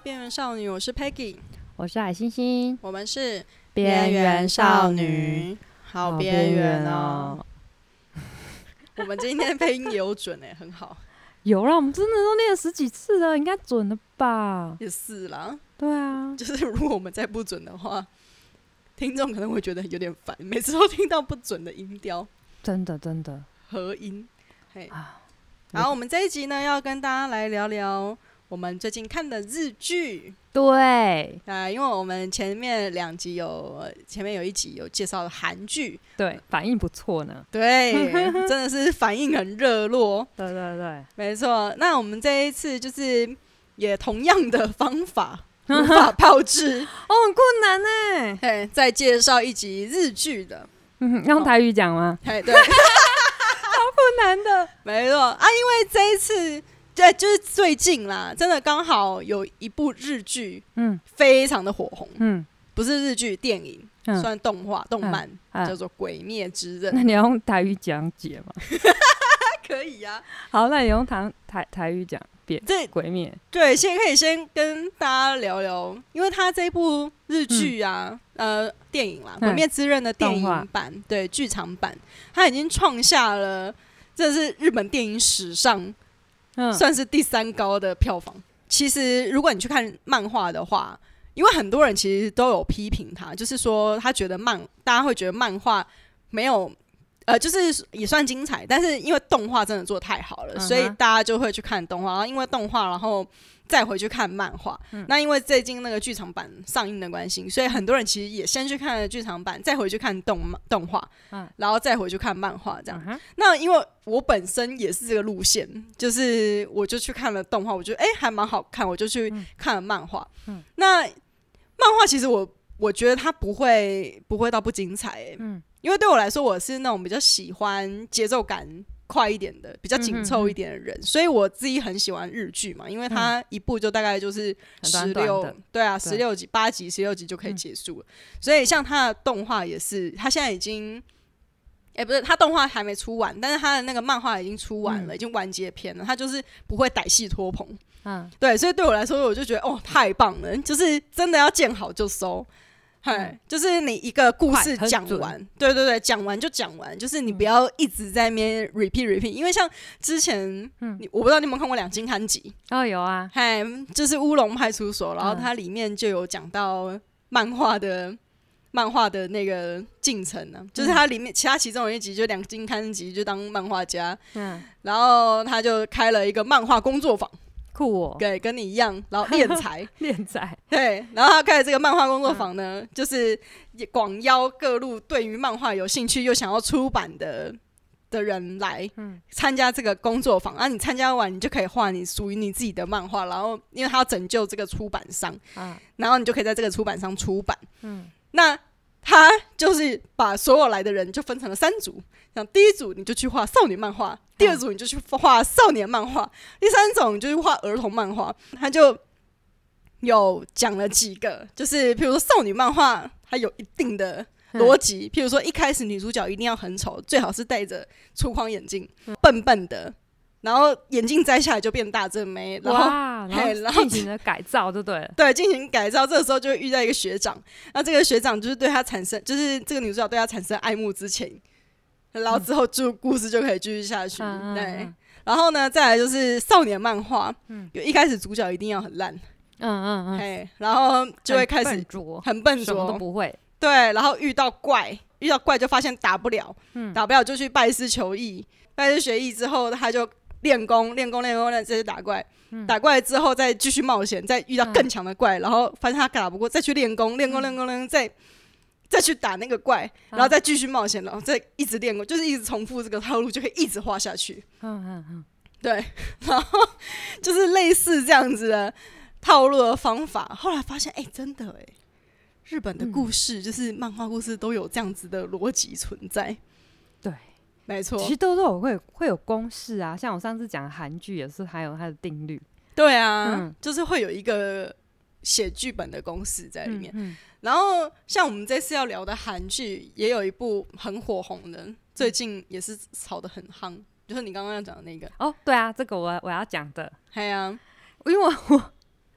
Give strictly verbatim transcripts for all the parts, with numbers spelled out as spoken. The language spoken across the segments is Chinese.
边缘少女，我是 Peggy， 我是海星星， 我们是边缘少女， 好边缘哦。我们今天配音也有准哎，很好。 有啦，我们真的都练了十几次了，应该准了吧？ 也是啦。 对啊， 就是如果我们再不准的话，听众可能会觉得有点烦，每次都听到不准的音调。 真的真的合音。嘿， 啊， 然后我们这一集呢，要跟大家来聊聊我们最近看的日剧。 对啊，因为我们前面两集有，前面有一集有介绍韩剧， 对，反应不错呢。 对，真的是反应很热络。 对对对， 没错。那我们这一次就是也同样的方法，无法炮制哦，很困难呢。 嘿，再介绍一集日剧的， 嗯，用台语讲吗？ 嘿，对， 超困难的。 没错啊，因为这一次。对，就是最近啦，真的刚好有一部日剧，嗯，非常的火红，嗯，不是日剧，电影，嗯、算动画、动漫，嗯、叫做《鬼灭之刃》。 那你要用台语讲解吗？ 可以呀、 啊。好，那你用台台台语讲别这鬼灭。 对，先可以先跟大家聊聊，因为他这部日剧啊，嗯、呃，电影啦，《鬼灭之刃》的电影版，对，剧场版，它已经创下了，这是日本电影史上。嗯、算是第三高的票房。其实，如果你去看漫画的话，因为很多人其实都有批评他，就是说他觉得漫，大家会觉得漫画没有，呃，就是也算精彩，但是因为动画真的做得太好了，嗯、所以大家就会去看动画。然后因为动画，然后再回去看漫画。嗯、那因为最近那个剧场版上映的关系，所以很多人其实也先去看了剧场版，再回去看动动画，嗯、然后再回去看漫画这样。嗯、那因为我本身也是这个路线，就是我就去看了动画，我觉得哎、欸、还蛮好看，我就去看了漫画。嗯、那漫画其实我我觉得它不会不会到不精彩、欸，嗯、因为对我来说我是那种比较喜欢节奏感快一点的，比较紧凑一点的人，嗯、所以我自己很喜欢日剧嘛，因为它一部就大概就是十六，对啊，十六集、八集、十六集就可以结束了。嗯、所以像它的动画也是，它现在已经。哎、欸，不是，他动画还没出完，但是他的那个漫画已经出完了，嗯、已经完结篇了。他就是不会歹戏拖棚，嗯，对，所以对我来说，我就觉得哦，太棒了，就是真的要见好就收，嗯、就是你一个故事讲完，对对对，讲完就讲完，就是你不要一直在那边 repeat repeat，因为像之前，嗯、我不知道你有没有看过两金刊集？ 哦，有啊， 嗨，就是乌龙派出所，然后它里面就有讲到漫画的。漫画的那个进程呢、啊，就是他里面其他其中有一集就两金刊集就当漫画家，嗯，然后他就开了一个漫画工作坊， 酷哦， 对，跟你一样，然后练才， 练才， 对，然后他开的这个漫画工作坊呢，嗯、就是广邀各路对于漫画有兴趣又想要出版的的人来参加这个工作坊，然后你参加完，你就可以画你属于你自己的漫画，然后因为他要拯救这个出版商，啊、然后你就可以在这个出版商出版，嗯。那他就是把所有来的人就分成了三组，像第一组你就去画少女漫画，第二组你就去画少年漫画，第三种你就去画儿童漫画。他就有讲了几个，就是譬如说少女漫画，它有一定的逻辑，譬如说一开始女主角一定要很丑，最好是戴着粗框眼镜，笨笨的。然后眼镜摘下来就变大正妹，然后然后进行了改造，就对了。 对，进行改造，这个时候就会遇到一个学长，那这个学长就是对他产生，就是这个女主角对他产生爱慕之情，然后之后就故事就可以继续下去。嗯、对，然后呢，再来就是少年漫画，嗯，有一开始主角一定要很烂，嗯嗯嗯，嘿，然后就会开始很笨拙， 很笨拙， 什么都不会。 对，然后遇到怪，遇到怪就发现打不了，嗯、打不了就去拜师求艺，拜师学艺之后他就。练功，练功，练功，练，这些打怪，嗯、打怪之后再继续冒险，再遇到更强的怪，嗯、然后发现他打不过，再去练功，练功，练功，练功，再再去打那个怪，然后再继续冒险，然后再一直练功，就是一直重复这个套路，就可以一直画下去。嗯嗯嗯，对，然后就是类似这样子的套路的方法。后来发现，哎、欸，真的哎，日本的故事、嗯、就是漫画故事都有这样子的逻辑存在。 对。 没错， 其实都都有会会有公式啊，像我上次讲韩剧也是，还有它的定律。 对啊，嗯、就是会有一个写剧本的公式在里面。嗯嗯、然后像我们这次要聊的韩剧，也有一部很火红的，最近也是炒得很夯，就是你刚刚要讲的那个。 哦，对啊，这个我我要讲的。 对啊， 因为我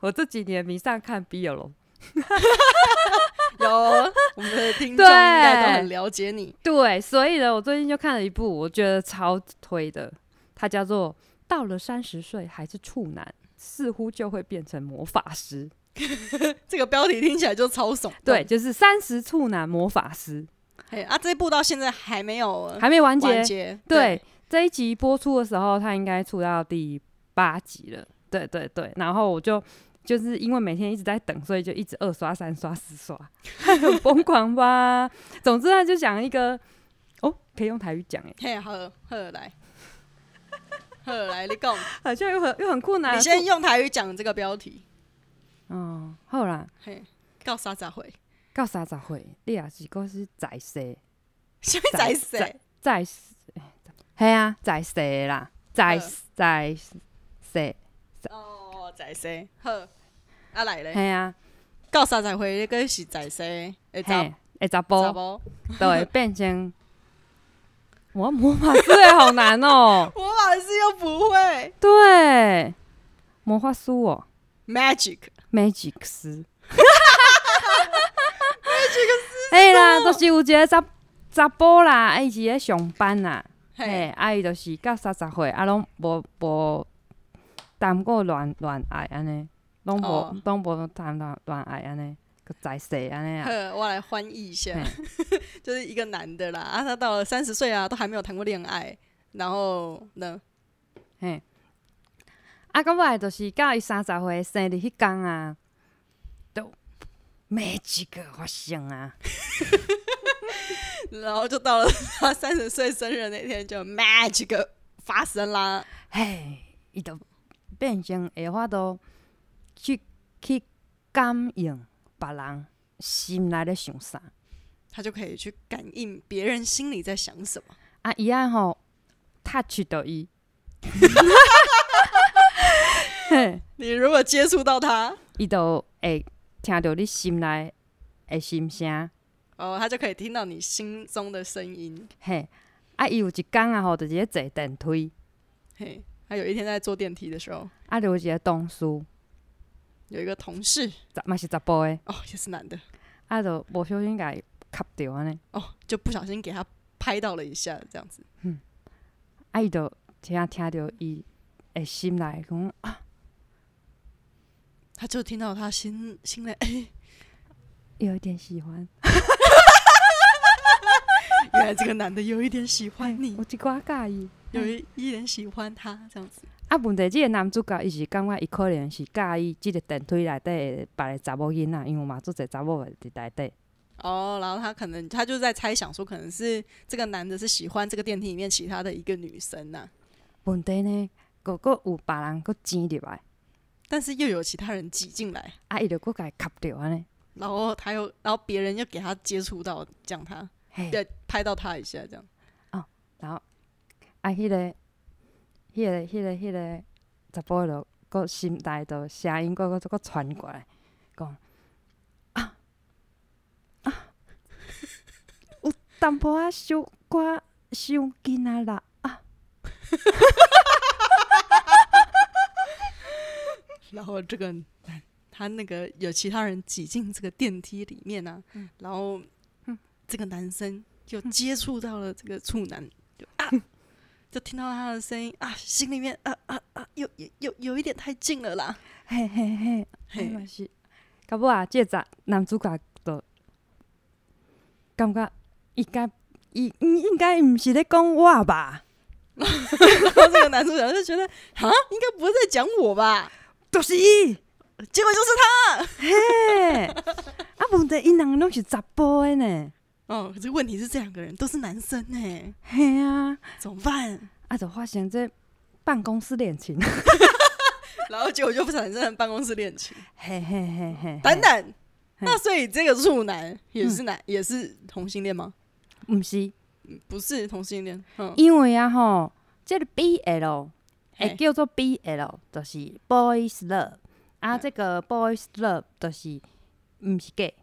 我这几年迷上看 B L 有我们的听众应该都很了解你。 对，所以呢，我最近就看了一部，我觉得超推的，它叫做《到了三十岁还是处男，似乎就会变成魔法师》。 这个标题听起来就超怂。 对，就是三十处男魔法师。 嘿啊，这一部到现在还没有还没完结。 完结对，这一集播出的时候，它应该出到第八集了。对对对，然后我就就是因为每天一直在等，所以就一直二刷、三刷、四刷，很疯狂吧？总之，他就讲一个哦，可以用台语讲哎。 嘿，好，好来，好来，你讲， 好像又很又很困难。 你先用台语讲这个标题。 哦，好啦， 嘿，到三十岁， 到三十岁，你也是讲是在世， 什么在世？ 在世，系啊，在世啦，在在世。 哦，在世，好，啊来咧。 系啊， 到三十岁，你个是在世，会查会查甫， 查甫， 就会变成。我魔法师也好难哦。 魔法师又不会。 对，魔法师哦。 Magic Magic 师，Magic 师，嘿啦，就是有一个查查甫啦，伊是咧上班啦，嘿，啊伊就是到三十岁，啊拢无无谈过恋恋爱安尼，拢无拢无谈恋恋爱安尼，个在世安尼啊。 呵，我来翻译一下，就是一个男的啦，啊，他到了三十岁啊，都还没有谈过恋爱，然后呢， 嘿。啊，到尾就是到伊三十岁生日迄天啊，就 magic 发生啊， 然后就到了他三十岁生日那天，就 magic 发生啦。 嘿，伊就变成会法度去去感应别人心内咧想啥， 他就可以去感应别人心里在想什么。 啊，伊爱吼 touch 到伊。 你如果接触到他， 伊就会听到你心内的心声。 哦，他就可以听到你心中的声音。 嘿，啊，伊有一天啊吼，就是咧坐电梯。 嘿，他有一天在坐电梯的时候， 啊，就有一个同事， 有一个同事， 嘛是查甫的， 哦，也是男的， 啊，就无小心甲伊卡着安尼。 哦，就不小心给他拍到了一下，这样子。 嗯，啊，伊就听听到伊的心内讲啊。 他就听到他心心里，哎， 有一点喜欢。 原来这个男的有一点喜欢你， 有一寡介意， 有一一点喜欢他这样子。 啊，问题这个男主角伊是感觉伊可能是介意这个电梯内底的别个查某囡仔，因为嘛做侪查某伫内底。 哦，然后他可能他就在猜想说，可能是这个男的是喜欢这个电梯里面其他的一个女生呐、啊。 问题呢，佫佫有别人佫挤入来。 但是又有其他人挤进来， 啊，伊就佫甲伊卡着安尼， 然后他又，然后别人又给他接触到，讲他，对，拍到他一下这样。 哦，然后啊，迄、那个、迄、那个、迄、那个、迄、那个查甫就佫心内就声音佫佫佫传过来，讲啊啊，有淡薄仔小可伤紧啊啦啊。 然后这个他那个有其他人挤进这个电梯里面啊，嗯、然后、嗯、这个男生就接触到了这个处男，就啊，就听到他的声音啊，心里面啊啊啊，有有有有一点太近了啦， 嘿嘿嘿，嘿嘛是，到尾啊，这个男主角就感觉应该伊应该毋是咧讲我吧， 然后这个男主角就觉得啊，应该不是在讲我吧。 就是伊， 结果就是他。 嘿，啊，问题因两个拢是查甫的呢。 哦，可是问题是这两个人都是男生呢。 嘿啊， 怎么办？ 啊，就发生这办公室恋情。 然后结果就产生了办公室恋情。 嘿嘿嘿嘿。 等等，那所以这个处男也是男，嗯、也是同性恋吗？ 不是， 不是同性恋。嗯、 因为啊吼，这个 B L。会叫做 B L， 就是 boys love， 啊，这个 boys love 就是毋是 gay，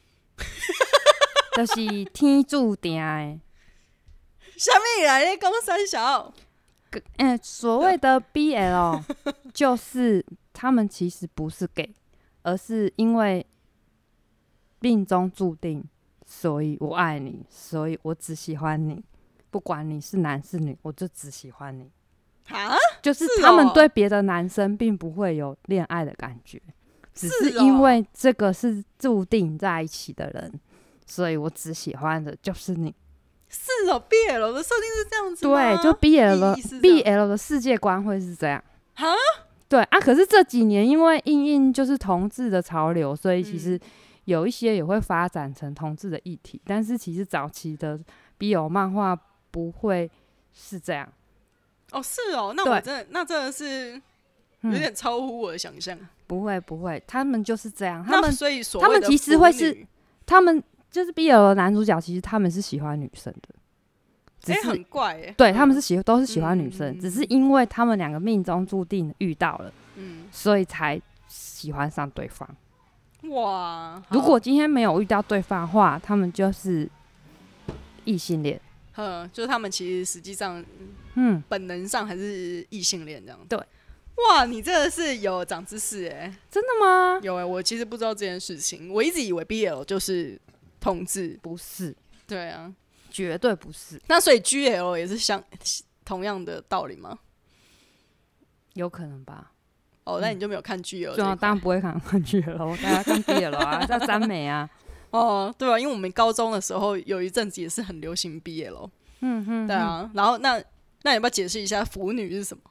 就是天注定的。 什么啦？你讲三小？ 嗯、欸，所谓的 B L 就是他们其实不是 gay， 而是因为命中注定，所以我爱你，所以我只喜欢你，不管你是男是女，我就只喜欢你。 啊， 就是他们对别的男生并不会有恋爱的感觉，只是因为这个是注定在一起的人，所以我只喜欢的就是你。 是哦 ，B L 的设定是这样子吗？ 对，就 B L 的 B L 的世界观会是这样。 哈， 对啊，可是这几年因为因应就是同志的潮流，所以其实有一些也会发展成同志的议题，但是其实早期的 B L 漫画不会是这样。 哦，是哦，那我真的那真的是有点超乎我的想象、嗯。 不会不会，他们就是这样。他们所以所谓的他们其实会是他们。就是 B L 的男主角，其实他们是喜欢女生的， 哎、欸，很怪哎、欸。 对，他们是喜都是喜欢女生、 嗯， 只是因为他们两个命中注定遇到了，嗯，所以才喜欢上对方。 哇！ 如果今天没有遇到对方的话，他们就是异性恋。 嗯，就是他们其实实际上， 嗯， 本能上还是异性恋这样。 对。 哇，你真的是有长知识哎、欸！ 真的吗？ 有哎、欸，我其实不知道这件事情，我一直以为 B L 就是同志， 不是。 对啊， 绝对不是。 那所以 G L 也是像同样的道理吗？ 有可能吧。 哦，那你就没有看 G L？、 对啊，当然不会看 G L， 大家看 B L 啊，叫耽美啊。 哦，对啊，因为我们高中的时候有一阵子也是很流行 B L。 嗯哼， 对啊。然后那那你要不要解释一下腐女是什么？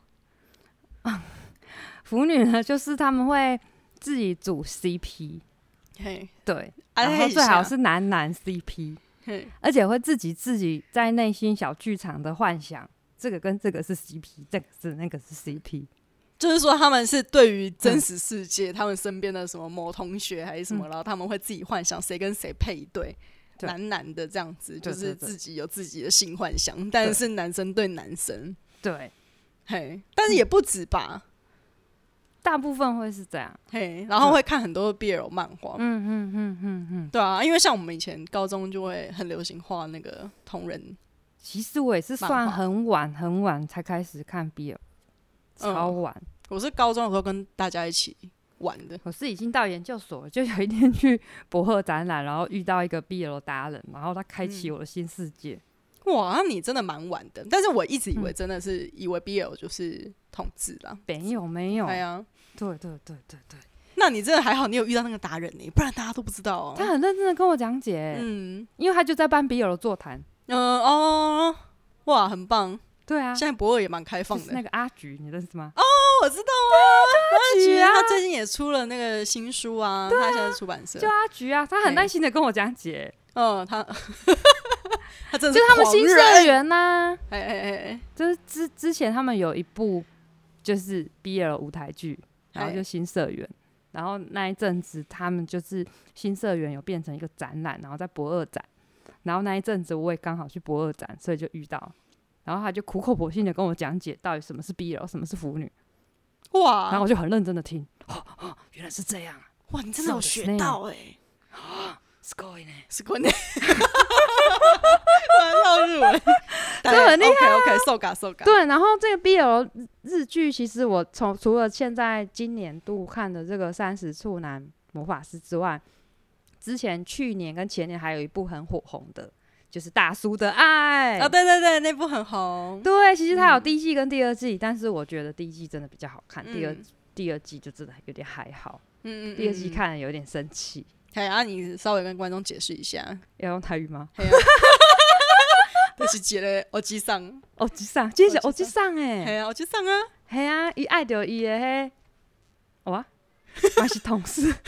腐女呢，就是他们会自己组 C P， 嘿， 对，然后最好是男男 C P， 而且会自己自己在内心小剧场的幻想，这个跟这个是 C P， 这个是那个是 C P， 就是说他们是对于真实世界、嗯，他们身边的什么某同学还是什么、嗯，然后他们会自己幻想谁跟谁配一对，男男的这样子，就是自己有自己的性幻想，但是男生对男生， 对， 嘿，但是也不止吧。 大部分会是这样， 嘿，然后会看很多 B L 漫画， 嗯嗯嗯嗯嗯， 对啊，因为像我们以前高中就会很流行画那个同人。 其实我也是算很晚很晚才开始看 B L， 超晚、嗯。 我是高中的时候跟大家一起玩的， 我是已经到研究所了，就有一天去博赫展览，然后遇到一个 B L 达人，然后他开启我的新世界。 嗯、哇，那你真的蛮晚的，但是我一直以为真的是以为 B L 就是同志啦， 没有没有， 对啊。 对对对对对， 那你真的还好，你有遇到那个达人呢、欸，不然大家都不知道哦。 他很认真的跟我讲解，嗯，因为他就在办 B L 的座谈， 嗯、呃、哦，哇，很棒。 对啊， 现在博尔也蛮开放的。 就是那个阿菊，你认识吗？ 哦，我知道啊，阿菊啊，他最近也出了那个新书啊，啊他现在是出版社， 就阿菊啊，他很耐心的跟我讲解， 嗯，他他真的是就是他们新社员呐、啊， 哎哎哎， 就是之之前他们有一部就是 B L 舞台剧。然后就新社员，然后那一阵子他们就是新社员有变成一个展览，然后在博二展，然后那一阵子我也刚好去博二展，所以就遇到，然后他就苦口婆心的跟我讲解到底什么是 B L， 什么是腐女，哇！然后我就很认真的听，哦哦，原来是这样， 哇，你真的有学到哎、 欸，すごいね， すごいね，绕日文， 这很厉害、啊。 OK OK， 受嘎受嘎。 对，然后这个 B L 日剧，其实我从除了现在今年度看的这个《三十处男魔法师》之外，之前去年跟前年还有一部很火红的，就是《大叔的爱》 啊，对对对，那部很红。 对，其实它有第一季跟第二季，嗯、但是我觉得第一季真的比较好看，嗯、第二第二季就真的有点还好。嗯嗯，第二季看了有点生气。 哎啊，你稍微跟观众解释一下， 要用台语吗？ 就是一个欧吉桑， 欧吉桑，这是欧吉桑诶， 系啊，欧吉桑啊， 系啊，伊爱着伊的迄，哇，还是同事，真的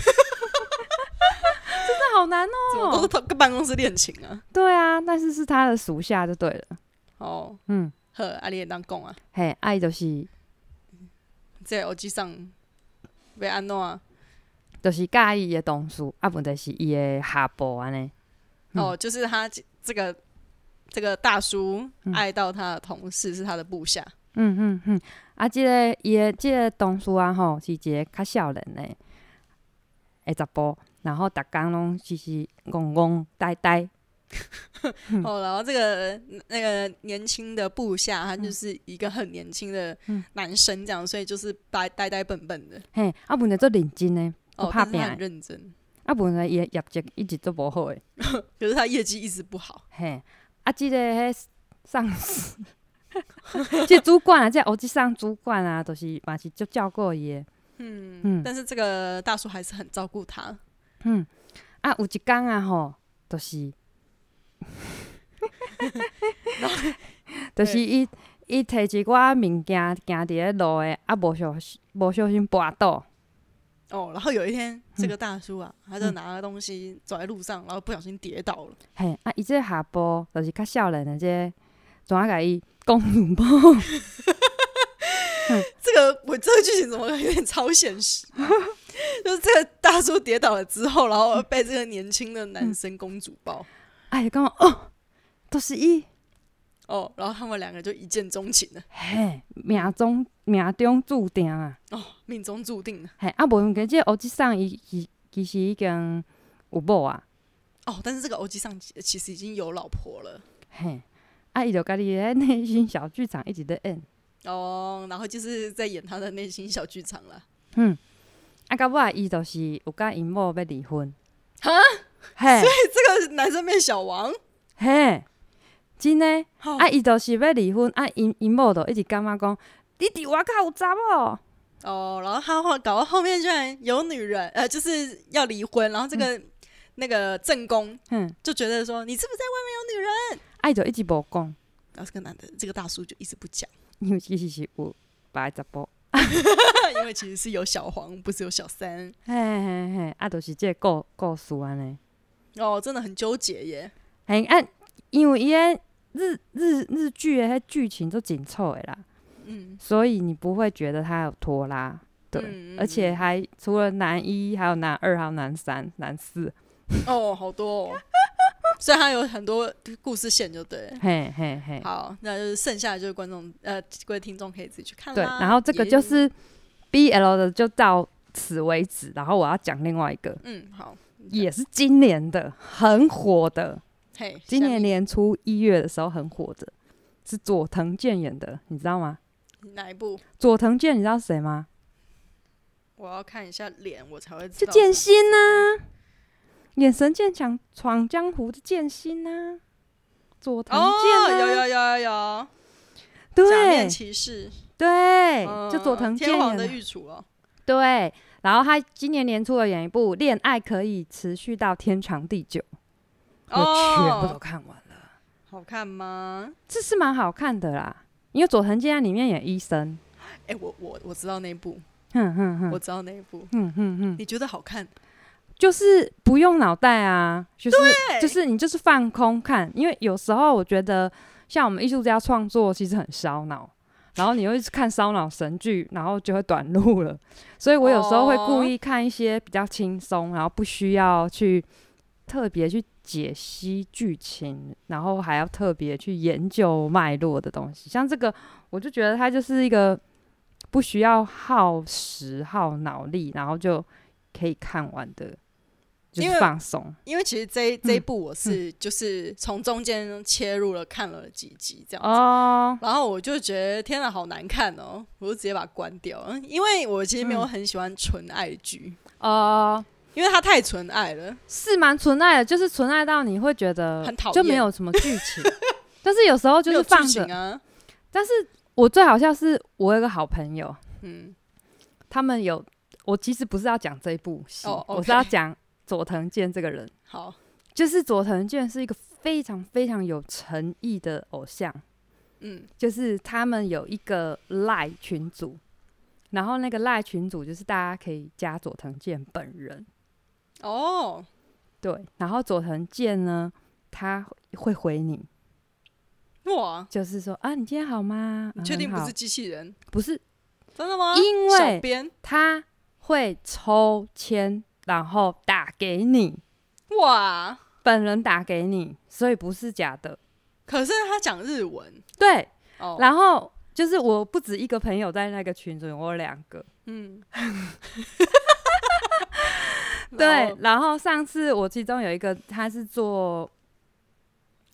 好难哦、喔， 都是同跟办公室恋情啊。 对啊，但是是他的属下就对了。 哦，嗯，好，啊，你会当讲啊？ 嘿，爱就是这欧吉桑要安怎啊？ 就是介意伊的同事，啊，问题是伊的下部安尼。 哦，就是他这个。这个大叔爱到他的同事、嗯、是他的部下。 嗯嗯嗯，啊，这个伊的这个同事啊，吼是一个较少年的的查甫，然后逐工拢就是戆戆呆呆， 哦，然后这个那个年轻的部下，他就是一个很年轻的男生，这样，所以就是呆呆呆笨笨的。 嘿，啊，问题做认真呢， 哦， 拍拼但是他很认真。 啊，问题伊业绩一直都无好诶。 可是他业绩一直不好。 嘿，啊，即、這個迄上司，即主管啊，即欧吉桑主管啊，都、就是嘛是足照顧伊诶。 嗯嗯，但是这个大叔还是很照顾他。 嗯，啊，有一天啊吼，就是。就是伊伊摕一寡物件行伫咧路诶，啊无小无小心跌倒。 哦，然后有一天，这个大叔啊，嗯、他就拿了东西走在路上，然后不小心跌倒了。 嘿，啊，伊这下步就是较少年的这怎啊甲伊公主抱。 这个我这个剧情怎么有点超现实、啊？就是这个大叔跌倒了之后，然后被这个年轻的男生公主抱。 哎，讲哦，都是伊哦，然后他们两个就一见钟情了。 嘿，命中命中注定啊！ 哦，命中注定了。 嘿，啊，无毋过这欧吉桑伊其其实已经有某啊。 哦，但是这个欧吉桑其实已经有老婆了。 嘿，啊，伊就家己咧内心小剧场一直在演。 哦，然后就是在演他的内心小剧场了。 嗯，啊，到尾啊，伊就是有甲因某要离婚。 哈？嘿，所以这个男生变小王？ 嘿，真的。哦、啊，伊就是要离婚，啊，因因某就一直感觉讲，你伫外口有查某。 哦，然后他搞到后面居然有女人，呃，就是要离婚，然后这个、嗯、那个正宫，嗯，就觉得说你是不是在外面有女人？ 啊，伊就一直无讲。 然后这个男的，这个大叔就一直不讲。 因为其实是有别的查甫， 因为其实是有小黄，不是有小三。 嘿嘿嘿，啊，就是这个故故事安尼。 哦，真的很纠结耶。 嘿，啊，因为伊个日日日剧的迄剧情都紧凑的啦，嗯，所以你不会觉得它有拖拉，对，嗯嗯、而且还除了男一，还有男二，还有男三、男四。 哦，好多哦。所以它有很多故事线，就对了。 嘿嘿嘿。 好，那就是剩下的就是观众呃，各位听众可以自己去看啦。 对，然后这个就是 B L 的，就到此为止。然后我要讲另外一个， 嗯，好， 也是今年的，很火的。 嘿， 今年年初一月的时候很火的，是佐藤健演的，你知道吗？ 哪一部？ 佐藤健，你知道谁吗？ 我要看一下脸，我才会知道。 就剑心啊。眼神剑强闯江湖的剑心啊，佐藤健啊、 哦，有有有有有， 对， 假面骑士， 对， 嗯、 就佐藤健天皇的御厨哦， 对，然后他今年年初的演一部《恋爱可以持续到天长地久》，哦、我全部都看完了。 好看吗？ 这是蛮好看的啦，因为佐藤健在里面演医生。 哎、欸，我我我知道那一部， 哼哼哼， 我知道那一部， 哼哼哼， 你觉得好看？ 就是不用脑袋啊，就是就是你就是放空看，因为有时候我觉得像我们艺术家创作其实很烧脑，然后你会看烧脑神剧，然后就会短路了。所以我有时候会故意看一些比较轻松，然后不需要去特别去解析剧情，然后还要特别去研究脉络的东西。像这个，我就觉得它就是一个不需要耗时耗脑力，然后就可以看完的。就是放松， 因为其实这这一部我是就是从中间切入了看了几集这样子， 哦、 然后我就觉得天哪，好难看哦，我就直接把它关掉了，因为我其实没有很喜欢纯爱剧哦、嗯，因为它太纯爱了， 是蛮纯爱的，就是纯爱到你会觉得很讨厌， 就没有什么剧情，但是有时候就是放着啊。 但是我最好笑是我有个好朋友，嗯，他们有，我其实不是要讲这一部戏，哦 okay、我是要讲。佐藤健这个人， 好， 就是佐藤健是一个非常非常有诚意的偶像，嗯，就是他们有一个 LINE 群组，然后那个 LINE 群组就是大家可以加佐藤健本人，哦，对，然后佐藤健呢，他会回你，哇，就是说啊，你今天好吗？ 你确定不是机器人？ 不是， 真的吗？ 因为他会抽签。然后打给你，哇！本人打给你，所以不是假的。 可是他讲日文， 对。Oh. 然后就是我不止一个朋友在那个群组，我有两个。嗯。对。然后上次我其中有一个，他是做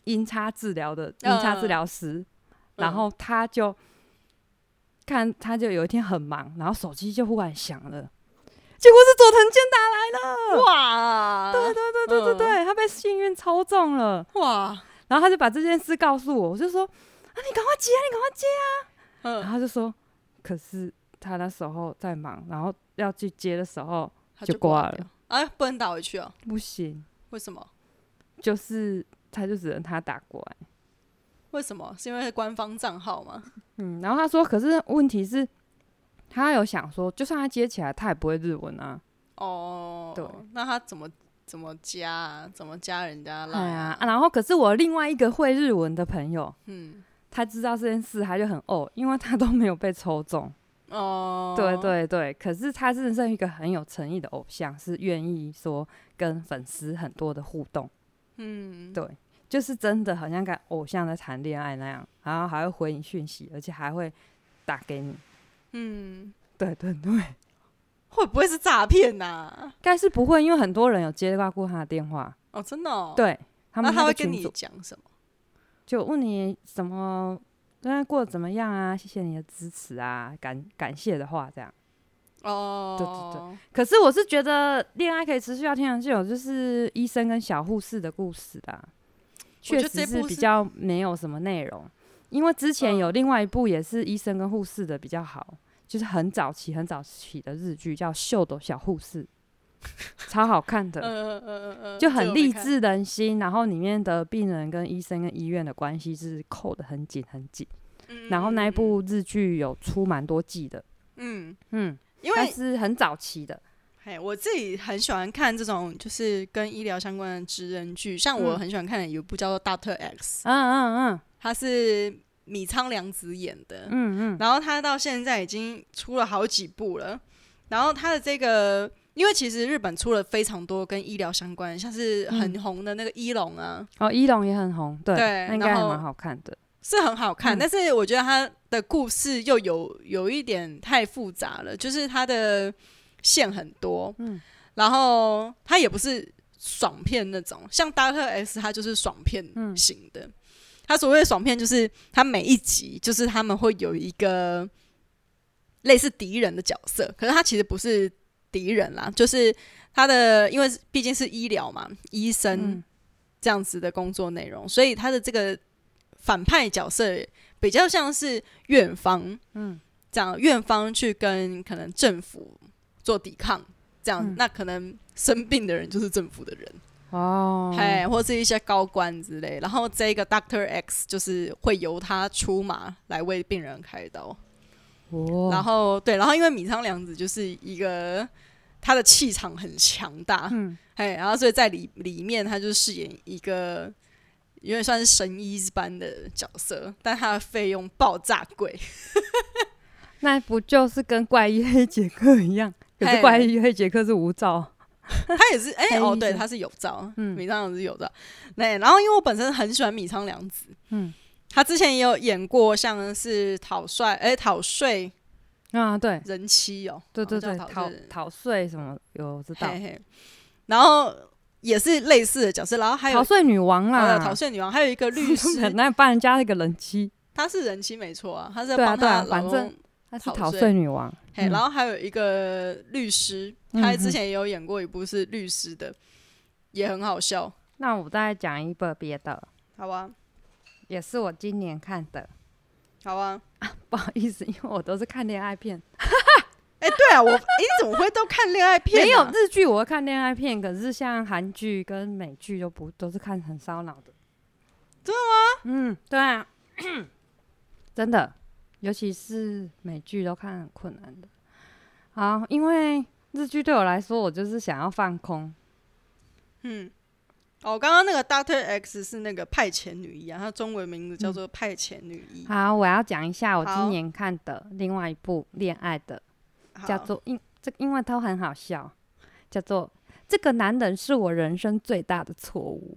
音叉治疗的音叉治疗师，嗯、然后他就看他就有一天很忙，然后手机就忽然响了，结果是佐藤健打来了， 哇！ 对对对对对对，嗯、他被幸运抽中了，哇！然后他就把这件事告诉我，我就说啊，你赶快接啊，你赶快接啊，嗯、然后他就说，可是他那时候在忙，然后要去接的时候就挂了， 啊，不能打回去哦， 不行， 为什么？ 就是他就只能他打过来， 为什么？是因为是官方账号吗？ 嗯，然后他说，可是问题是，他有想说，就算他接起来，他也不会日文啊。 哦，对，那他怎么怎么加啊？怎么加人家来啊？啊然后可是我另外一个会日文的朋友，嗯，他知道这件事，他就很哦，因为他都没有被抽中。哦，对对对，可是他真的是一个很有诚意的偶像，是愿意说跟粉丝很多的互动。嗯，对，就是真的好像跟偶像在谈恋爱那样，然后还会回你讯息，而且还会打给你。嗯，对对对， 会不会是诈骗呐？ 应该是不会，因为很多人有接到过他的电话。 哦，真的哦。 对，他们那他会跟你讲什么？ 就问你什么，现在过得怎么样啊？谢谢你的支持啊，感感谢的话这样。哦，对对对。可是我是觉得恋爱可以持续到天长地久，就是医生跟小护士的故事啦，确实是比较没有什么内容。因为之前有另外一部也是医生跟护士的比较好，就是很早期很早期的日剧叫《秀斗小护士》，超好看的，嗯嗯嗯就很励志人心。然后里面的病人跟医生跟医院的关系是扣得很紧很紧。嗯、然后那一部日剧有出蛮多季的，嗯嗯。因为但是很早期的， 嘿，我自己很喜欢看这种就是跟医疗相关的职人剧，像我很喜欢看的有一部叫做《Doctor X》，嗯嗯嗯，它是米仓凉子演的，嗯嗯，然后他到现在已经出了好几部了，然后他的这个，因为其实日本出了非常多跟医疗相关，像是很红的那个医龙啊， 嗯、哦，医龙也很红，对， 对， 那应该还蛮好看的。 是很好看、嗯，但是我觉得他的故事又有有一点太复杂了，就是他的线很多，嗯，然后他也不是爽片那种，像 Doctor X 他就是爽片型的，嗯、他所谓的爽片就是他每一集就是他们会有一个类似敌人的角色，可是他其实不是敌人啦，就是他的因为毕竟是医疗嘛，医生这样子的工作内容，所以他的这个。反派角色比较像是院方，嗯，这样院方去跟可能政府做抵抗，这样、嗯、那可能生病的人就是政府的人哦，嘿，或是一些高官之类。然后这个 Doctor X 就是会由他出马来为病人开刀，哦，然后对，然后因为米仓凉子就是一个他的气场很强大，嗯，嘿，然后所以在里里面他就饰演一个。有点算是神医般的角色，但他的费用爆炸贵。 那不就是跟怪医黑杰克一样？可是怪医黑杰克是无照， 他也是哎、欸、哦，对，他是有照，嗯，米仓凉子是有照。对，然后因为我本身很喜欢米仓凉子，嗯，他之前也有演过像是讨帅哎讨税啊，对， 人妻哦， 对对对，讨讨税什么有知道， 嘿嘿然后。也是类似的角色，然后还有逃税女王啦， 逃税女王，还有一个律师， 那帮人家那个人妻， 她是人妻没错啊，她是帮她老公她是逃税女王。 嘿、嗯，然后还有一个律师，她之前也有演过一部是律师的，嗯、也很好笑。 那我再讲一部别的， 好啊， 也是我今年看的， 好啊。 啊不好意思，因为我都是看恋爱片。 哎、欸，对啊，我、欸、你怎么会都看恋爱片、啊？ 没有日剧我会看恋爱片，可是像韩剧跟美剧都不都是看很烧脑的。 真的吗？ 嗯，对啊，真的，尤其是美剧都看很困难的。好，因为日剧对我来说，我就是想要放空。 嗯，哦，刚刚那个 Doctor X 是那个派遣女医啊，它中文名字叫做派遣女医。 嗯、好，我要讲一下我今年看的另外一部恋爱的。叫做因这因为它很好笑，叫做这个男人是我人生最大的错误。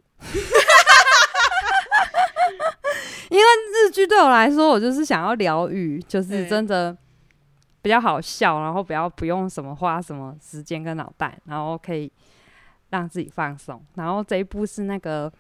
因为日剧对我来说，我就是想要疗愈，就是真的比较好笑，然后不要不用什么花什么时间跟脑袋，然后可以让自己放松。然后这一部是那个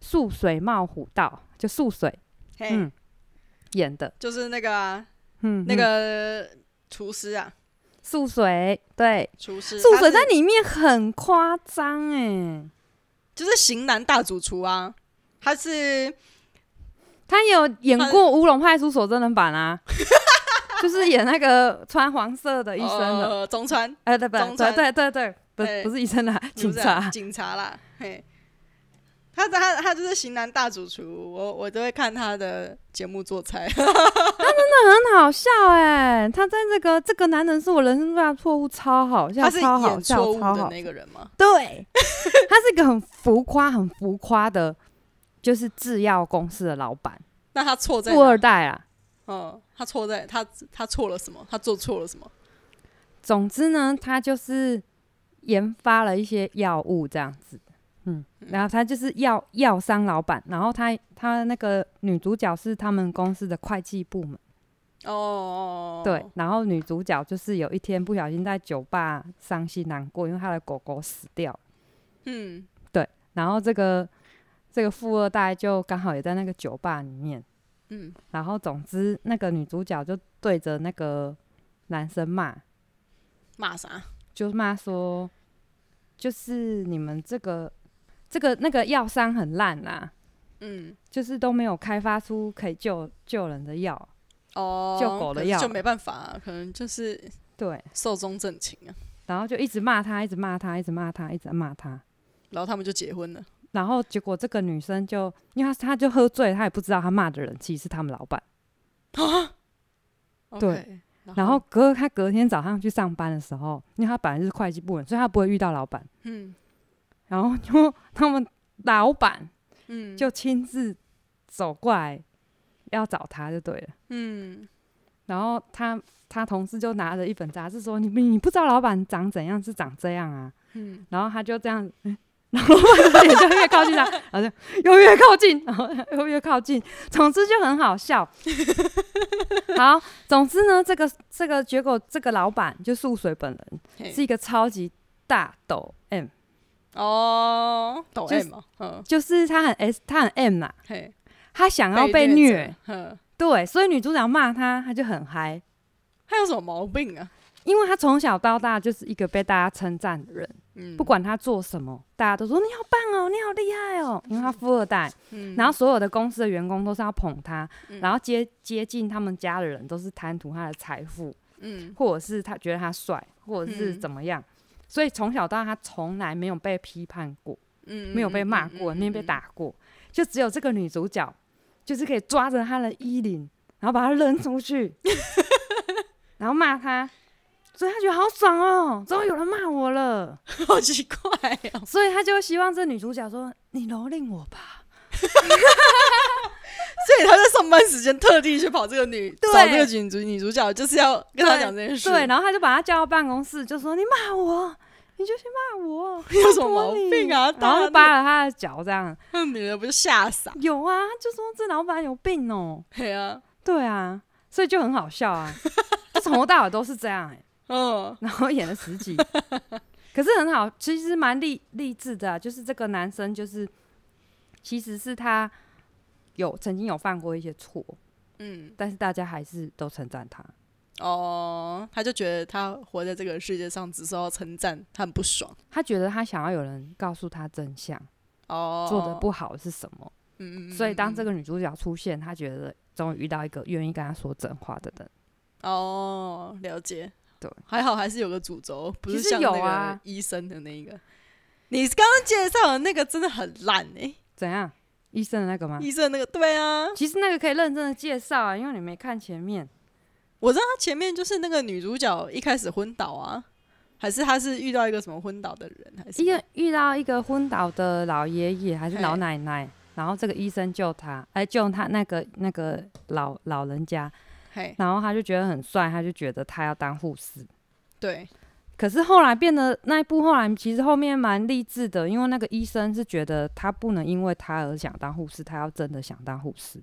素水冒虎道，就素水，嗯，演的， 就是那个啊， 嗯， 那个厨师啊， 素水，对， 厨师， 素水在里面很夸张哎， 就是型男大主厨啊，他是他有演过《乌龙派出所》真人版啊。就是演那个穿黄色的医生的， 呃，中川， 哎，对不对？对对对对，不是不是医生啦，警察， 警察啦，嘿，他他他就是型男大主厨，我我都会看他的节目做菜，他真的很好笑哎，他在这个这个男人是我人生最大的错误，超好笑， 他是超好演错误的那个人吗？ 对，他是一个很浮夸、很浮夸的，就是制药公司的老板。 那他错在哪？ 富二代啊。 嗯，他错在他他错了什么？他做错了什么？ 总之呢，他就是研发了一些药物这样子，嗯，然后他就是药药商老板，然后他他那个女主角是他们公司的会计部门， 哦， 对，然后女主角就是有一天不小心在酒吧伤心难过，因为她的狗狗死掉，嗯，对，然后这个这个富二代就刚好也在那个酒吧里面。嗯，然后总之那个女主角就对着那个男生骂， 骂啥？ 就骂说，就是你们这个这个那个药商很烂啦，嗯，就是都没有开发出可以救救人的药，哦，救狗的药， 就没办法、啊，可能就是对寿终正寝啊。 然后就一直骂他，一直骂他，一直骂他，一直骂他， 然后他们就结婚了。 然后结果这个女生就，因为她她就喝醉，她也不知道她骂的人其实是他们老板。啊，对。Okay, 然后隔她隔天早上去上班的时候，因为她本来就是会计部门，所以她不会遇到老板。嗯。然后就他们老板，嗯，就亲自走过来要找她就对了。嗯。然后他他同事就拿着一本杂志说：“你你不知道老板长怎样，是长这样啊。”嗯。然后他就这样。嗯然后老板脸就越靠近他，然后就又越靠近，然后又越靠近，总之就很好笑。好，总之呢，这个这个结果，这个老板就素水本人是一个超级大抖 M 哦，抖 M 嘛，嗯， 就是他很 S， 他很 M 啦，他想要被虐，对，所以女主角骂他，他就很嗨。 他有什么毛病啊？ 因为他从小到大就是一个被大家称赞的人。嗯、不管他做什么，大家都说你好棒哦，你好厉害哦，因为他富二代，嗯、然后所有的公司的员工都是要捧他，嗯、然后接接近他们家的人都是贪图他的财富，嗯、或者是他觉得他帅，或者是怎么样，嗯、所以从小到大他从来没有被批判过，嗯、没有被骂过，没有被打过，就只有这个女主角，就是可以抓着他的衣领，然后把他扔出去，然后骂他。所以他觉得好爽哦，终于有人骂我了， 好奇怪哦。 所以他就希望这女主角说：“你蹂躏我吧。”所以他在上班时间特地去跑这个女找这个女主女主角，就是要跟他讲这件事。 对，然后他就把他叫到办公室，就说：“你骂我，你就去骂我， 你有什么毛病啊？” 然后扒了他的脚，这样。 那女的不是吓傻？ 有啊，就说这老板有病哦。 对啊， 对啊，所以就很好笑啊。他从头到尾都是这样哎、欸。嗯，然后演了十集，可是很好，其实蛮励励志的、啊。就是这个男生，就是其实是他有曾经有犯过一些错，嗯，但是大家还是都称赞他。 哦，他就觉得他活在这个世界上只受到称赞，他很不爽。 他觉得他想要有人告诉他真相，哦，做的不好是什么。嗯嗯。所以当这个女主角出现，他觉得终于遇到一个愿意跟他说真话的人。 哦，了解。 对， 还好还是有个主轴，不是像那个医生的那个。啊、你刚刚介绍的那个真的很烂哎、欸！ 怎样？医生的那个吗？ 医生那个，对啊。 其实那个可以认真的介绍啊，因为你没看前面。 我知道他前面就是那个女主角一开始昏倒啊，还是他是遇到一个什么昏倒的人，还是一个遇到一个昏倒的老爷爷还是老奶奶，然后这个医生救他，哎，救他那个那个老老人家。然后他就觉得很帅，他就觉得他要当护士。 对， 可是后来变得那一部后来其实后面蛮励志的，因为那个医生是觉得他不能因为他而想当护士，他要真的想当护士。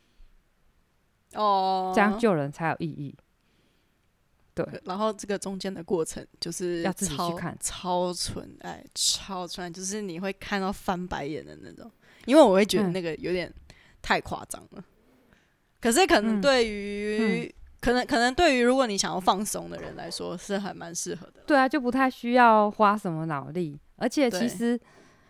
哦，这样救人才有意义。对， 然后这个中间的过程就是要自己去看， 超纯爱，超纯爱，就是你会看到翻白眼的那种。 因为我会觉得那个有点太夸张了。可是可能对于、嗯嗯、可能可能对于如果你想要放松的人来说，是还蛮适合的。 对啊，就不太需要花什么脑力，而且其实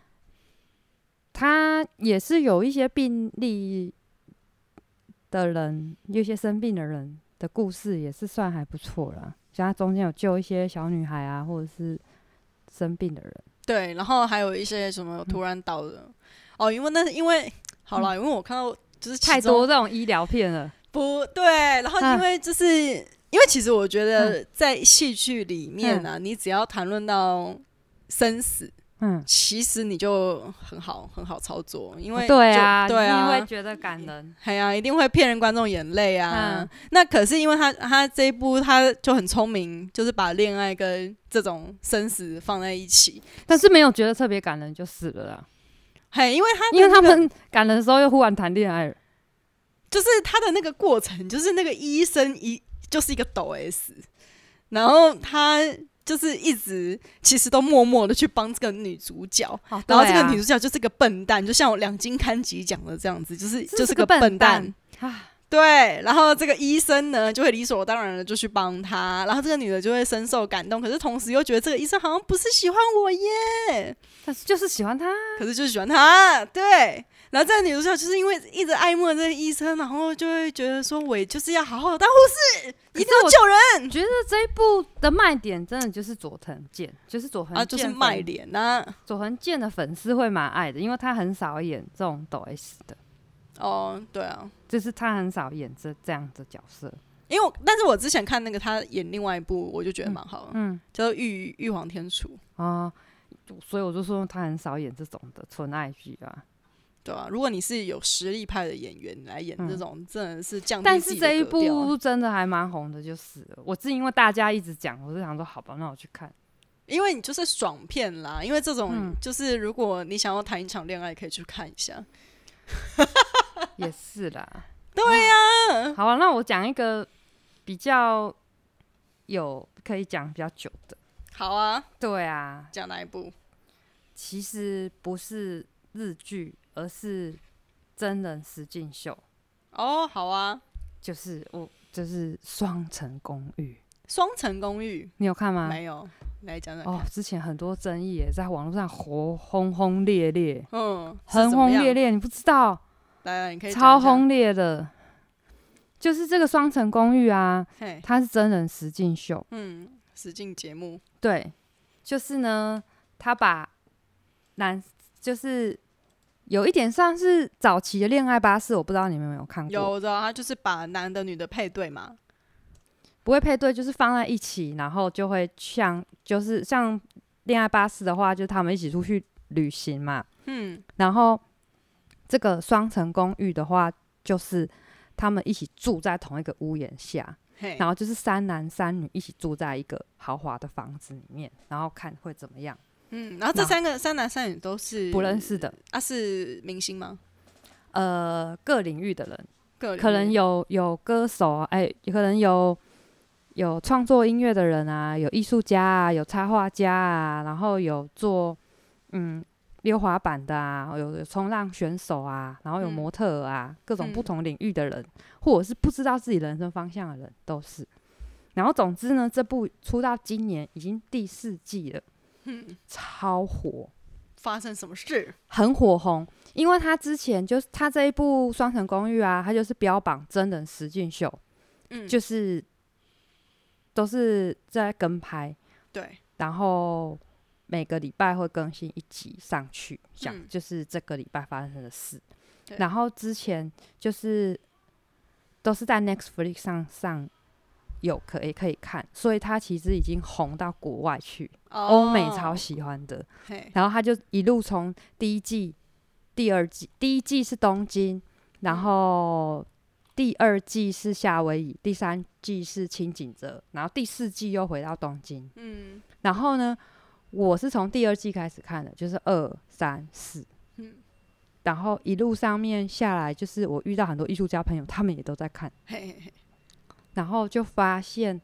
他也是有一些病例的人，有些生病的人的故事也是算还不错啦。像他中间有救一些小女孩啊，或者是生病的人。对， 然后还有一些什么突然倒的、嗯、哦，因为那是因为好啦、嗯、因为我看到就是太多这种医疗片了。 不对，然后因为就是、啊、因为其实我觉得在戏剧里面啊、嗯、你只要谈论到生死，嗯，其实你就很好很好操作，因为、 哦、对啊， 对啊， 一定会觉得感人， 哎呀、啊，一定会骗人观众眼泪啊、嗯。那可是因为他他这一部他就很聪明，就是把恋爱跟这种生死放在一起， 但是没有觉得特别感人就死了啦。 嘿，因为他、 那個、因为他们感人的时候又忽然谈恋爱了， 就是他的那个过程，就是那个医生一就是一个抖 S， 然后他。就是一直其实都默默的去帮这个女主角、哦啊，然后这个女主角就是个笨蛋，就像我两金刊吉讲的这样子，就是就是个笨蛋。对，然后这个医生呢就会理所当然的就去帮他，然后这个女的就会深受感动，可是同时又觉得这个医生好像不是喜欢我耶， 但是就是喜欢他， 可是就是喜欢他，对。然后这个女主角就是因为一直爱慕这个医生，然后就会觉得说我就是要好好的当护士，一定要救人。 我觉得这一部的卖点真的就是佐藤健，就是佐藤健、 啊、就是卖点啊。 佐藤健的粉丝会蛮爱的，因为他很少演这种抖 S 的。 哦，对啊， 就是他很少演这这样的角色。 因为但是我之前看那个他演另外一部，我就觉得蛮好的，嗯，叫做玉玉皇天楚啊，所以我就说他很少演这种的纯爱剧啊。 对啊，如果你是有实力派的演员来演这种，嗯、真的是降低但自己的格调。 但是这一部真的还蛮红的，就是了。我是因为大家一直讲，我就想说，好吧，那我去看。 因为你就是爽片啦，因为这种、嗯、就是如果你想要谈一场恋爱，可以去看一下。 也是啦。 对呀、啊。 好啊，那我讲一个比较有可以讲比较久的。 好啊。 对啊。 讲哪一部？ 其实不是日剧。而是真人实境秀哦，好啊， 就是我就是双层公寓， 双层公寓， 你有看吗？ 没有，来讲讲哦。之前很多争议耶，在网络上火轰轰烈烈， 嗯， 轰轰烈烈，你不知道？ 来来，你可以超轰烈的，就是这个双层公寓啊，它是真人实境秀， 嗯，实境节目， 对，就是呢，他把男就是。有一点像是早期的恋爱巴士，我不知道你们有没有看过。 有的，他就是把男的女的配对嘛， 不会配对，就是放在一起，然后就会像就是像恋爱巴士的话，就是他们一起出去旅行嘛。嗯，然后这个双层公寓的话，就是他们一起住在同一个屋檐下，然后就是三男三女一起住在一个豪华的房子里面，然后看会怎么样。 嗯，然后这三个三男三女都是不认识的啊？是明星吗？ 呃，各领域的人， 各领域可能有有歌手啊，哎、欸，可能有有创作音乐的人啊，有艺术家啊，有插画家啊，然后有做嗯溜滑板的啊，有有冲浪选手啊，然后有模特啊，嗯、各种不同领域的人、嗯，或者是不知道自己人生方向的人都是。然后总之呢，这部出到今年已经第四季了。嗯，超火！ 发生什么事？ 很火红，因为他之前就是他这一部《双层公寓》啊，他就是标榜真人实境秀，嗯，就是都是在跟拍， 对， 然后每个礼拜会更新一集上去，讲、嗯、就是这个礼拜发生的事。然后之前就是都是在 Netflix 上上。有可以可以看，所以他其实已经红到国外去，欧、oh, 美超喜欢的。然后他就一路从第一季、第二季，第一季是东京，然后第二季是夏威夷，第三季是轻井泽，然后第四季又回到东京。嗯，然后呢，我是从第二季开始看的，就是二、三、四。嗯，然后一路上面下来，就是我遇到很多艺术家朋友，他们也都在看。嘿嘿嘿。然后就发现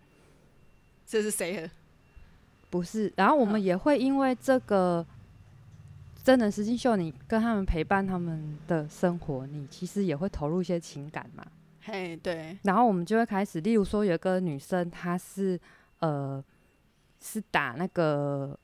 这是谁？ 不是，然后我们也会因为这个真人实境秀，你跟他们陪伴他们的生活，你其实也会投入一些情感嘛。 嘿，对。 然后我们就会开始，例如说有一个女生，她是呃是打那个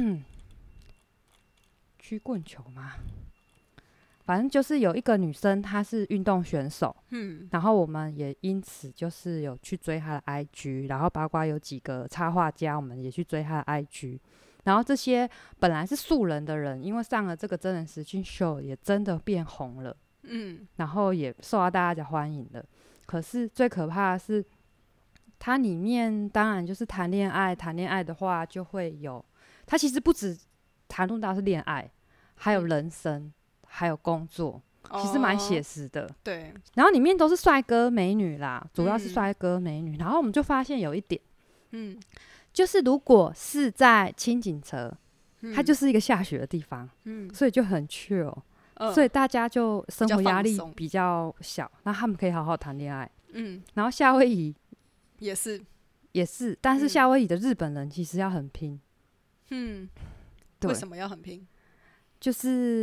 曲棍球吗？反正就是有一个女生，她是运动选手，嗯，然后我们也因此就是有去追她的 I G， 然后包括有几个插画家，我们也去追她的 I G， 然后这些本来是素人的人，因为上了这个真人实境秀，也真的变红了，嗯，然后也受到大家的欢迎了。可是最可怕的是，它里面当然就是谈恋爱，谈恋爱的话就会有，它其实不止谈论到是恋爱，还有人生。嗯，还有工作，其实蛮写实的。哦， 对。 然后里面都是帅哥美女啦，主要是帅哥美女，嗯。然后我们就发现有一点，嗯，就是如果是在轻井泽，嗯，它就是一个下雪的地方，嗯，所以就很 chill，呃、所以大家就生活压力比较小，那他们可以好好谈恋爱。嗯，然后夏威夷也是， 也是，但是夏威夷的日本人其实要很拼。嗯， 为什么要很拼？ 就是。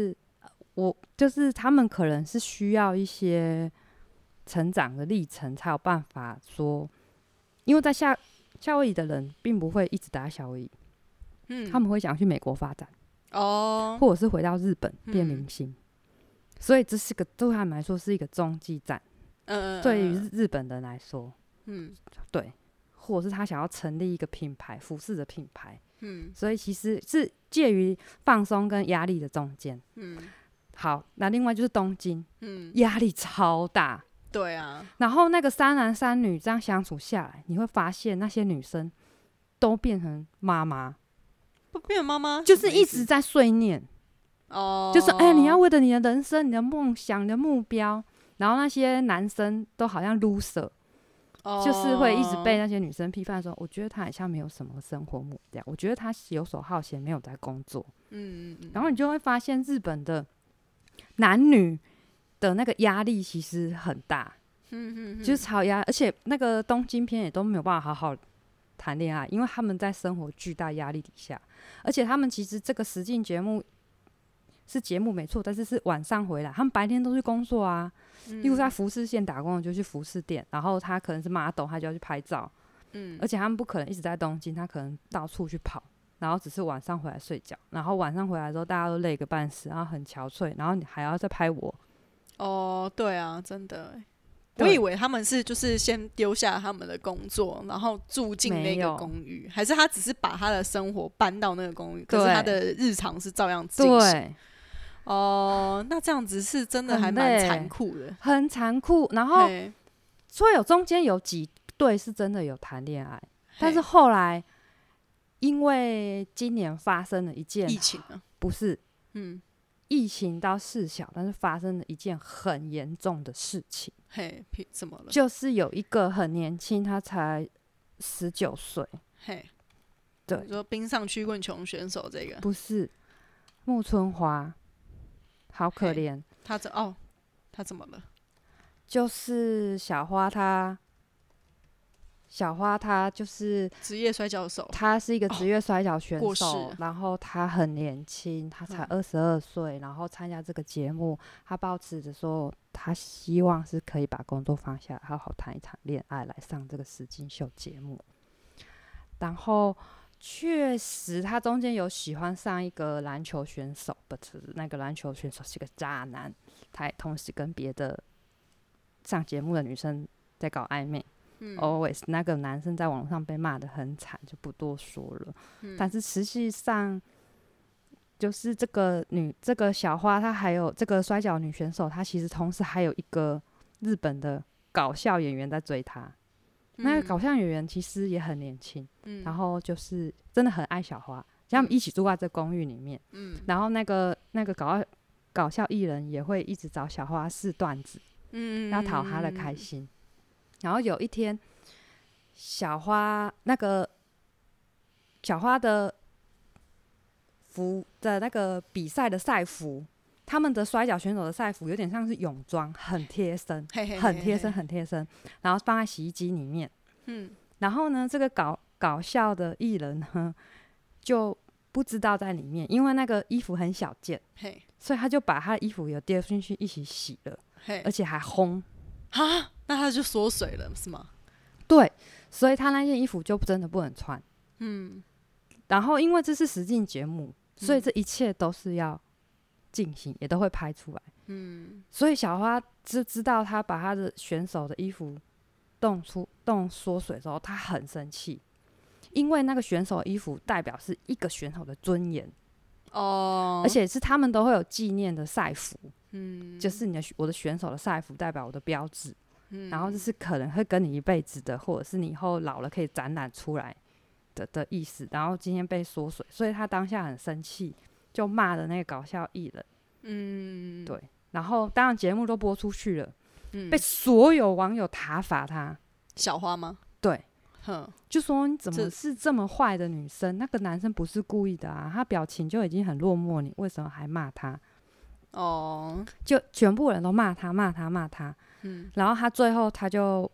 我就是他们可能是需要一些成长的历程，才有办法说，因为在夏夏威夷的人并不会一直待在夏威夷，嗯，他们会想去美国发展，哦，或者是回到日本变明星，嗯，所以这是个对他们来说是一个中继站，嗯，对于日本人来说，嗯，对，或者是他想要成立一个品牌，服饰的品牌，嗯，所以其实是介于放松跟压力的中间，嗯。好，那另外就是东京，嗯，压力超大， 对啊。 然后那个三男三女这样相处下来，你会发现那些女生都变成妈妈， 不变成妈妈， 就是一直在碎念，哦，就是哎、欸，你要为了你的人生、你的梦想、你的目标，然后那些男生都好像 loser，哦，就是会一直被那些女生批判说，我觉得他好像没有什么生活目标，我觉得他游手好闲，没有在工作，嗯嗯嗯，然后你就会发现日本的。男女的那个压力其实很大，嗯嗯，就是超压，而且那个东京篇也都没有办法好好谈恋爱，因为他们在生活巨大压力底下，而且他们其实这个实境节目是节目没错，但是是晚上回来，他们白天都去工作啊，嗯，例如在服饰线打工的就去服饰店，然后他可能是 model， 他就要去拍照，嗯，而且他们不可能一直在东京，他可能到处去跑。然后只是晚上回来睡觉，然后晚上回来之后大家都累个半死，然后很憔悴，然后你还要再拍我。 哦，对啊，真的，我以为他们是就是先丢下他们的工作，然后住进那个公寓，还是他只是把他的生活搬到那个公寓，可是他的日常是照样进行。对，哦，那这样子是真的还蛮残酷的， 很残酷。然后，所以有中间有几对是真的有谈恋爱，但是后来。因为今年发生了一件疫情啊， 不是，嗯，疫情倒事小，但是发生了一件很严重的事情。 嘿，怎么了？ 就是有一个很年轻，他才十九岁。嘿，对， 你说冰上曲棍球选手这个不是木村花，好可怜。 他怎哦？他怎么了？ 就是小花她。小花她就是职业摔跤手， 她是一个职业摔跤选手， 哦， 然后她很年轻，她才二十二岁，然后参加这个节目，她抱持着说，她希望是可以把工作放下，好好谈一场恋爱，来上这个实境秀节目。然后确实，她中间有喜欢上一个篮球选手 ，but 那个篮球选手是个渣男，他也同时跟别的上节目的女生在搞暧昧。嗯、always 那个男生在网络上被骂得很惨，就不多说了。嗯、但是实际上，就是这个女这个小花，她还有这个摔跤女选手，她其实同时还有一个日本的搞笑演员在追她。嗯、那个搞笑演员其实也很年轻，嗯、然后就是真的很爱小花，他们一起住在这公寓里面。嗯、然后那个那个搞搞笑艺人也会一直找小花试段子，嗯、要讨她的开心。然后有一天，小花那个小花的服的那个比赛的赛服，他们的摔跤选手的赛服有点像是泳装，很贴身，很贴身，很贴身。然后放在洗衣机里面。嗯。然后呢，这个搞搞笑的艺人呢，就不知道在里面，因为那个衣服很小件，所以他就把他的衣服有丢进去一起洗了，而且还烘。 哈，那他就缩水了是吗？ 对，所以他那件衣服就真的不能穿。嗯，然后因为这是实境节目，所以这一切都是要进行，也都会拍出来。嗯，所以小花就知道他把他的选手的衣服冻出冻缩水之后，他很生气，因为那个选手的衣服代表是一个选手的尊严。哦，而且是他们都会有纪念的赛服。嗯，就是你的我的选手的赛服代表我的标志。嗯，然后这是可能会跟你一辈子的，或者是你以后老了可以展览出来的的意思。然后今天被缩水，所以他当下很生气，就骂了那个搞笑艺人。嗯，对。然后当然节目都播出去了，嗯，被所有网友挞伐他。 小花吗？ 对，就说你怎么是这么坏的女生？那个男生不是故意的啊，他表情就已经很落寞，你为什么还骂他？哦，就全部人都骂他，骂他，骂他。嗯，然后他最后他就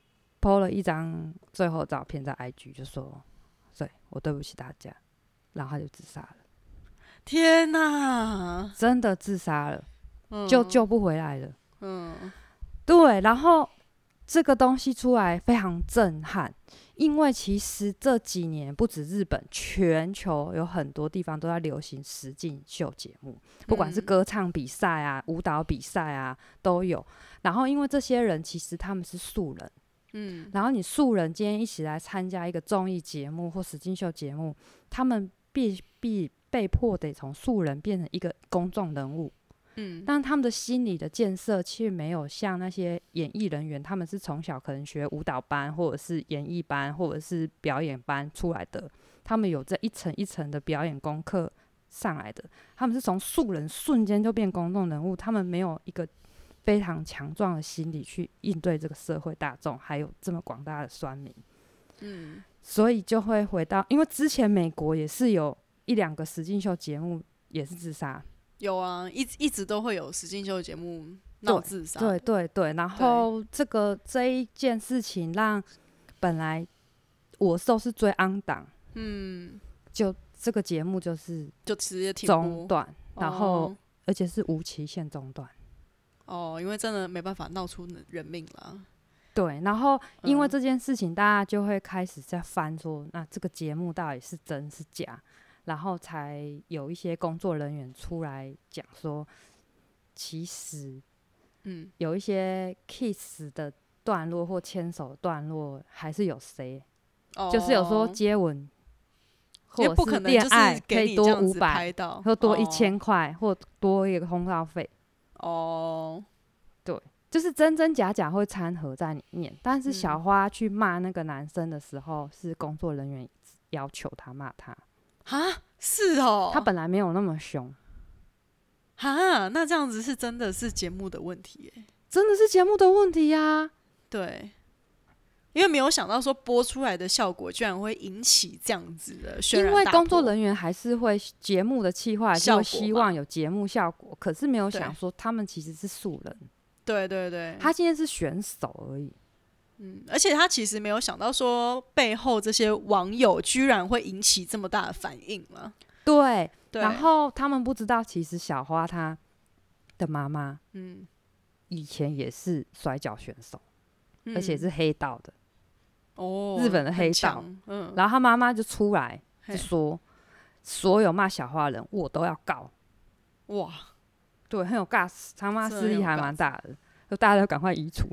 po 了一张最后照片在 I G， 就说：“对，我对不起大家。”然后他就自杀了。 天哪， 真的自杀了，嗯，就救不回来了。嗯，对。然后这个东西出来非常震撼，因为其实这几年不止日本，全球有很多地方都在流行实境秀节目，不管是歌唱比赛啊、舞蹈比赛啊都有。然后因为这些人其实他们是素人，嗯，然后你素人今天一起来参加一个综艺节目或实境秀节目，他们必必被迫得从素人变成一个公众人物。嗯，但他们的心理的建设却没有像那些演艺人员，他们是从小可能学舞蹈班或者是演艺班或者是表演班出来的，他们有这一层一层的表演功课上来的，他们是从素人瞬间就变公众人物，他们没有一个非常强壮的心理去应对这个社会大众还有这么广大的酸民。嗯，所以就会回到，因为之前美国也是有一两个实境秀节目也是自杀。 有啊，一一直都会有实境秀节目闹自杀。 对对对，然后这个这一件事情让本来我都是追on档，嗯，就这个节目就是就直接停中断，然后、哦、而且是无期限中断。 哦，因为真的没办法闹出人命了。 对，然后因为这件事情，大家就会开始在翻说，那这个节目到底是真是假？然后才有一些工作人员出来讲说，其实，嗯，有一些 kiss 的段落或牵手的段落还是有谁、哦，就是有说接吻或者是恋爱可以多五百，或多一千块，或多一个通告费。哦，对，就是真真假假会掺和在里面。但是小花去骂那个男生的时候，嗯、是工作人员要求他骂他。 哈，是哦， 他本来没有那么凶。 哈，那这样子是真的是节目的问题耶， 真的是节目的问题呀、啊。 对，因为没有想到说播出来的效果居然会引起这样子的轩然大波。 因为工作人员还是会节目的企划，就会希望有节目效果，可是没有想说他们其实是素人。 对对对， 他今天是选手而已。 嗯，而且他其实没有想到说背后这些网友居然会引起这么大的反应了。 对，对，然后他们不知道，其实小花她的妈妈，嗯，以前也是摔跤选手、嗯，而且是黑道的，哦，日本的黑道。嗯，然后他妈妈就出来就说，所有骂小花的人我都要告。哇，对，很有 guts， 他妈势力还蛮大的。就大家都赶快移除，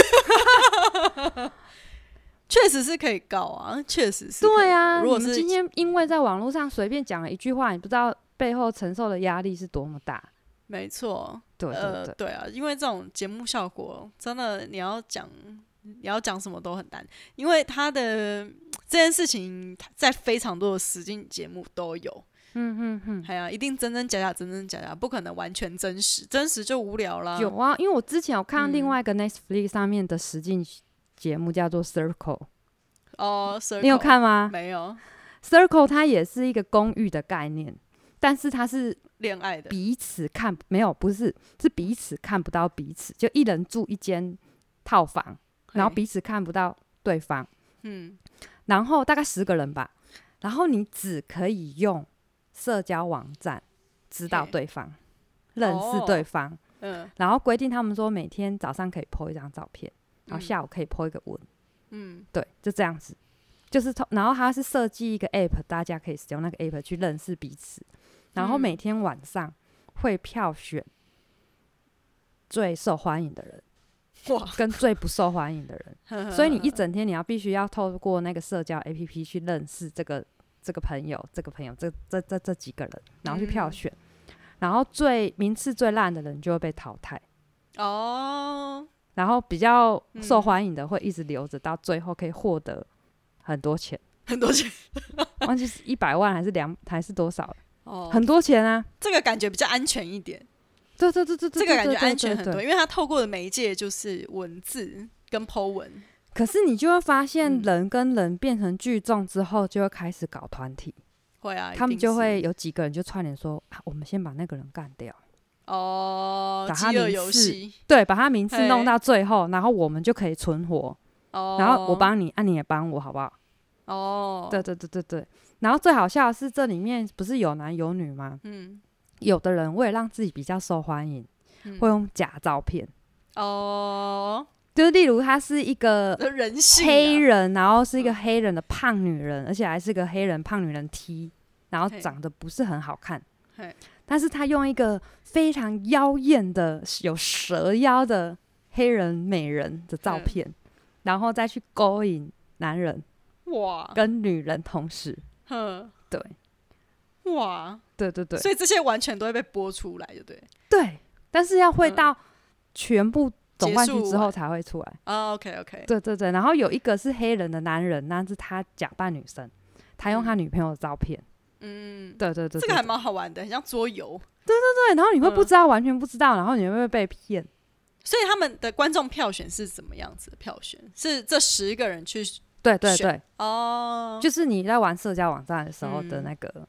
确实是可以告啊，确实是。 对啊，如果是你们今天因为在网络上随便讲了一句话，你不知道背后承受的压力是多么大。 没错， 对对对、呃、 对啊，因为这种节目效果真的，你要讲你要讲什么都很难，因为他的这件事情在非常多的实境节目都有。嗯嗯嗯，哎呀，一定真真假假，真真假假，不可能完全真实，真实就无聊啦。 有啊，因为我之前有看到另外一个 Netflix 上面的实境节目叫做 Circle。 哦 ，Circle， 你有看吗？ 没有。 Circle 它也是一个公寓的概念，但是它是恋爱的， 彼此看没有，不是，是彼此看不到彼此，就一人住一间套房，然后彼此看不到对方。嗯，然后大概十个人吧，然后你只可以用社交网站知道对方，认识对方。哦嗯， 然后规定他们说每天早上可以 po 一张照片，然后下午可以 po 一个文。嗯，对，就这样子。就是然后他是设计一个 app， 大家可以使用那个 app 去认识彼此。然后每天晚上会票选最受欢迎的人，哇，跟最不受欢迎的人。所以你一整天你要必须要透过那个社交 A P P 去认识这个这个朋友、这个朋友、这这这这几个人，然后去票选。嗯，然后最名次最烂的人就会被淘汰。哦。然后比较受欢迎的会一直留着，到最后可以获得很多钱。 很多钱， 忘记是一百万还是两还是多少了？哦，很多钱啊！ 这个感觉比较安全一点。 对对对对对， 这个感觉安全很多，因为他透过的媒介就是文字跟 po 文。 可是你就会发现，人跟人变成聚众之后，就会开始搞团体。 会啊， 他们就会有几个人就串联说：“啊，我们先把那个人干掉。” 哦，把他名次对，把他名次弄到最后，然后我们就可以存活。哦，然后我帮你，啊，你也帮我，好不好？哦，对对对对对。然后最好笑的是，这里面不是有男有女吗？嗯，有的人为了让自己比较受欢迎，嗯，会用假照片。哦，就是例如他是一个黑人，然后是一个黑人的胖女人，而且还是个黑人胖女人 T， 然后长得不是很好看。但是他用一个非常妖艳的有蛇腰的黑人美人的照片，然后再去勾引男人，哇，跟女人同时，对， 哇， 对对对， 所以这些完全都会被播出来，对不对？ 对，但是要会到全部总冠军之后才会出来。 哦 ，OK OK， 对对对，然后有一个是黑人的男人，那是他假扮女生，他用他女朋友的照片。嗯，对对 对, 对， 这个还蛮好玩的，很像桌游。 对对对，然后你会不知道，嗯，完全不知道，然后你会被骗。 所以他们的观众票选是怎么样子的？票选是这十个人去选？ 对对对，哦，就是你在玩社交网站的时候的那个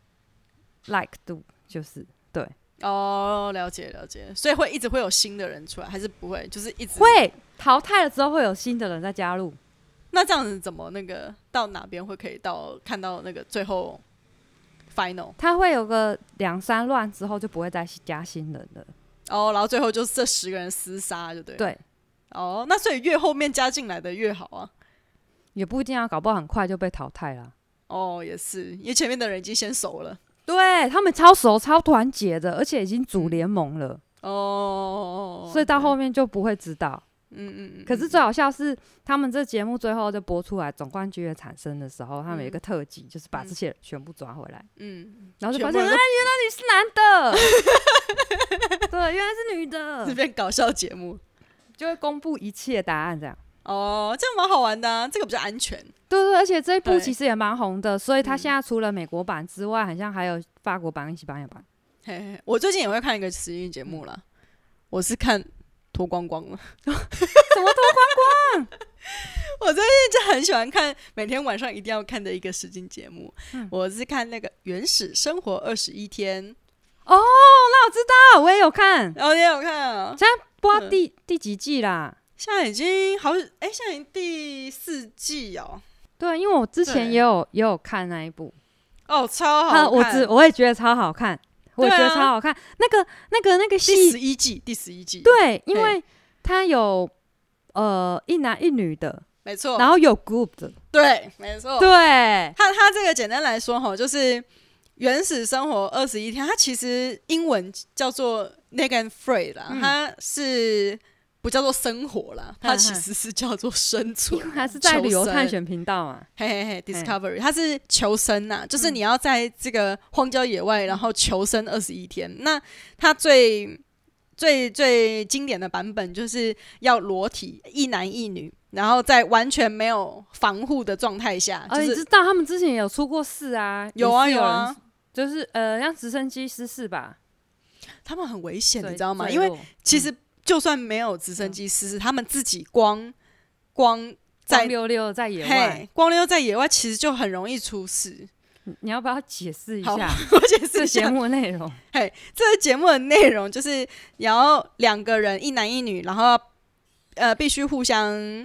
like 度，就是对。 哦，了解了解，所以会一直会有新的人出来，还是不会？就是一直会淘汰了之后会有新的人再加入。 那这样子怎么那个到哪边会可以到看到那个最后？Final， 他会有个两三乱之后就不会再加新人了。 哦，然后最后就是这十个人厮杀，就对了。 对。 哦，那所以越后面加进来的越好啊。 也不一定啊，搞不好很快就被淘汰了。 哦，也是，因为前面的人已经先熟了。 对，他们超熟、超团结的，而且已经组联盟了。哦。所以到后面就不会知道。嗯嗯嗯。可是最好笑是，他们这节目最后就播出来，总冠军的产生的时候，他们有一个特辑，就是把这些人全部抓回来。嗯。然后就发现，啊，原来你是男的。对，原来是女的。 这边搞笑节目就会公布一切答案，这样。 哦，这样蛮好玩的啊，这个比较安全。 对对，而且这一部其实也蛮红的，所以它现在除了美国版之外，好像还有法国版跟西班牙版。 嘿嘿，我最近也会看一个实境节目啦，我是看。脱光光了， 什么脱光光？ 我最近就很喜欢看，每天晚上一定要看的一个实境节目。嗯，我是看那个《原始生活二十一天》。 哦，那我知道，我也有看。 哦，你也有看啊？ 现在播到第、嗯、第几季啦？ 现在已经好，哎、欸，现在已经第四季哦。 对，因为我之前也有也有看那一部。 哦，超好看！ 我只我也觉得超好看。我觉得超好看，啊、那个、那个、那个戏， 第十一季，第十一季， 对，因为它有呃一男一女的， 没错， 然后有 group 的， 对，没错， 对， 它它这个简单来说哈，就是原始生活二十一天，它其实英文叫做 Naked and Afraid 啦，嗯、它是。不叫做生活啦，它其实是叫做生存， 因为它是在旅游探险频道嘛， 嘿嘿嘿 ，Discovery， 它是求生呐，就是你要在这个荒郊野外，然后求生二十一天。那它最最最经典的版本就是要裸体，一男一女，然后在完全没有防护的状态下，就是、 哦、你知道他们之前也有出过事啊， 有啊有啊， 就是呃，让直升机失事吧， 他们很危险，你知道吗？因为其实。嗯就算没有直升机失事，他们自己光光在光溜溜在野外， 光溜在野外，其实就很容易出事。 你要不要解释一下？ 我解释一下这节目内容。 嘿，这个节目的内容就是，你要两个人，一男一女，然后呃，必须互相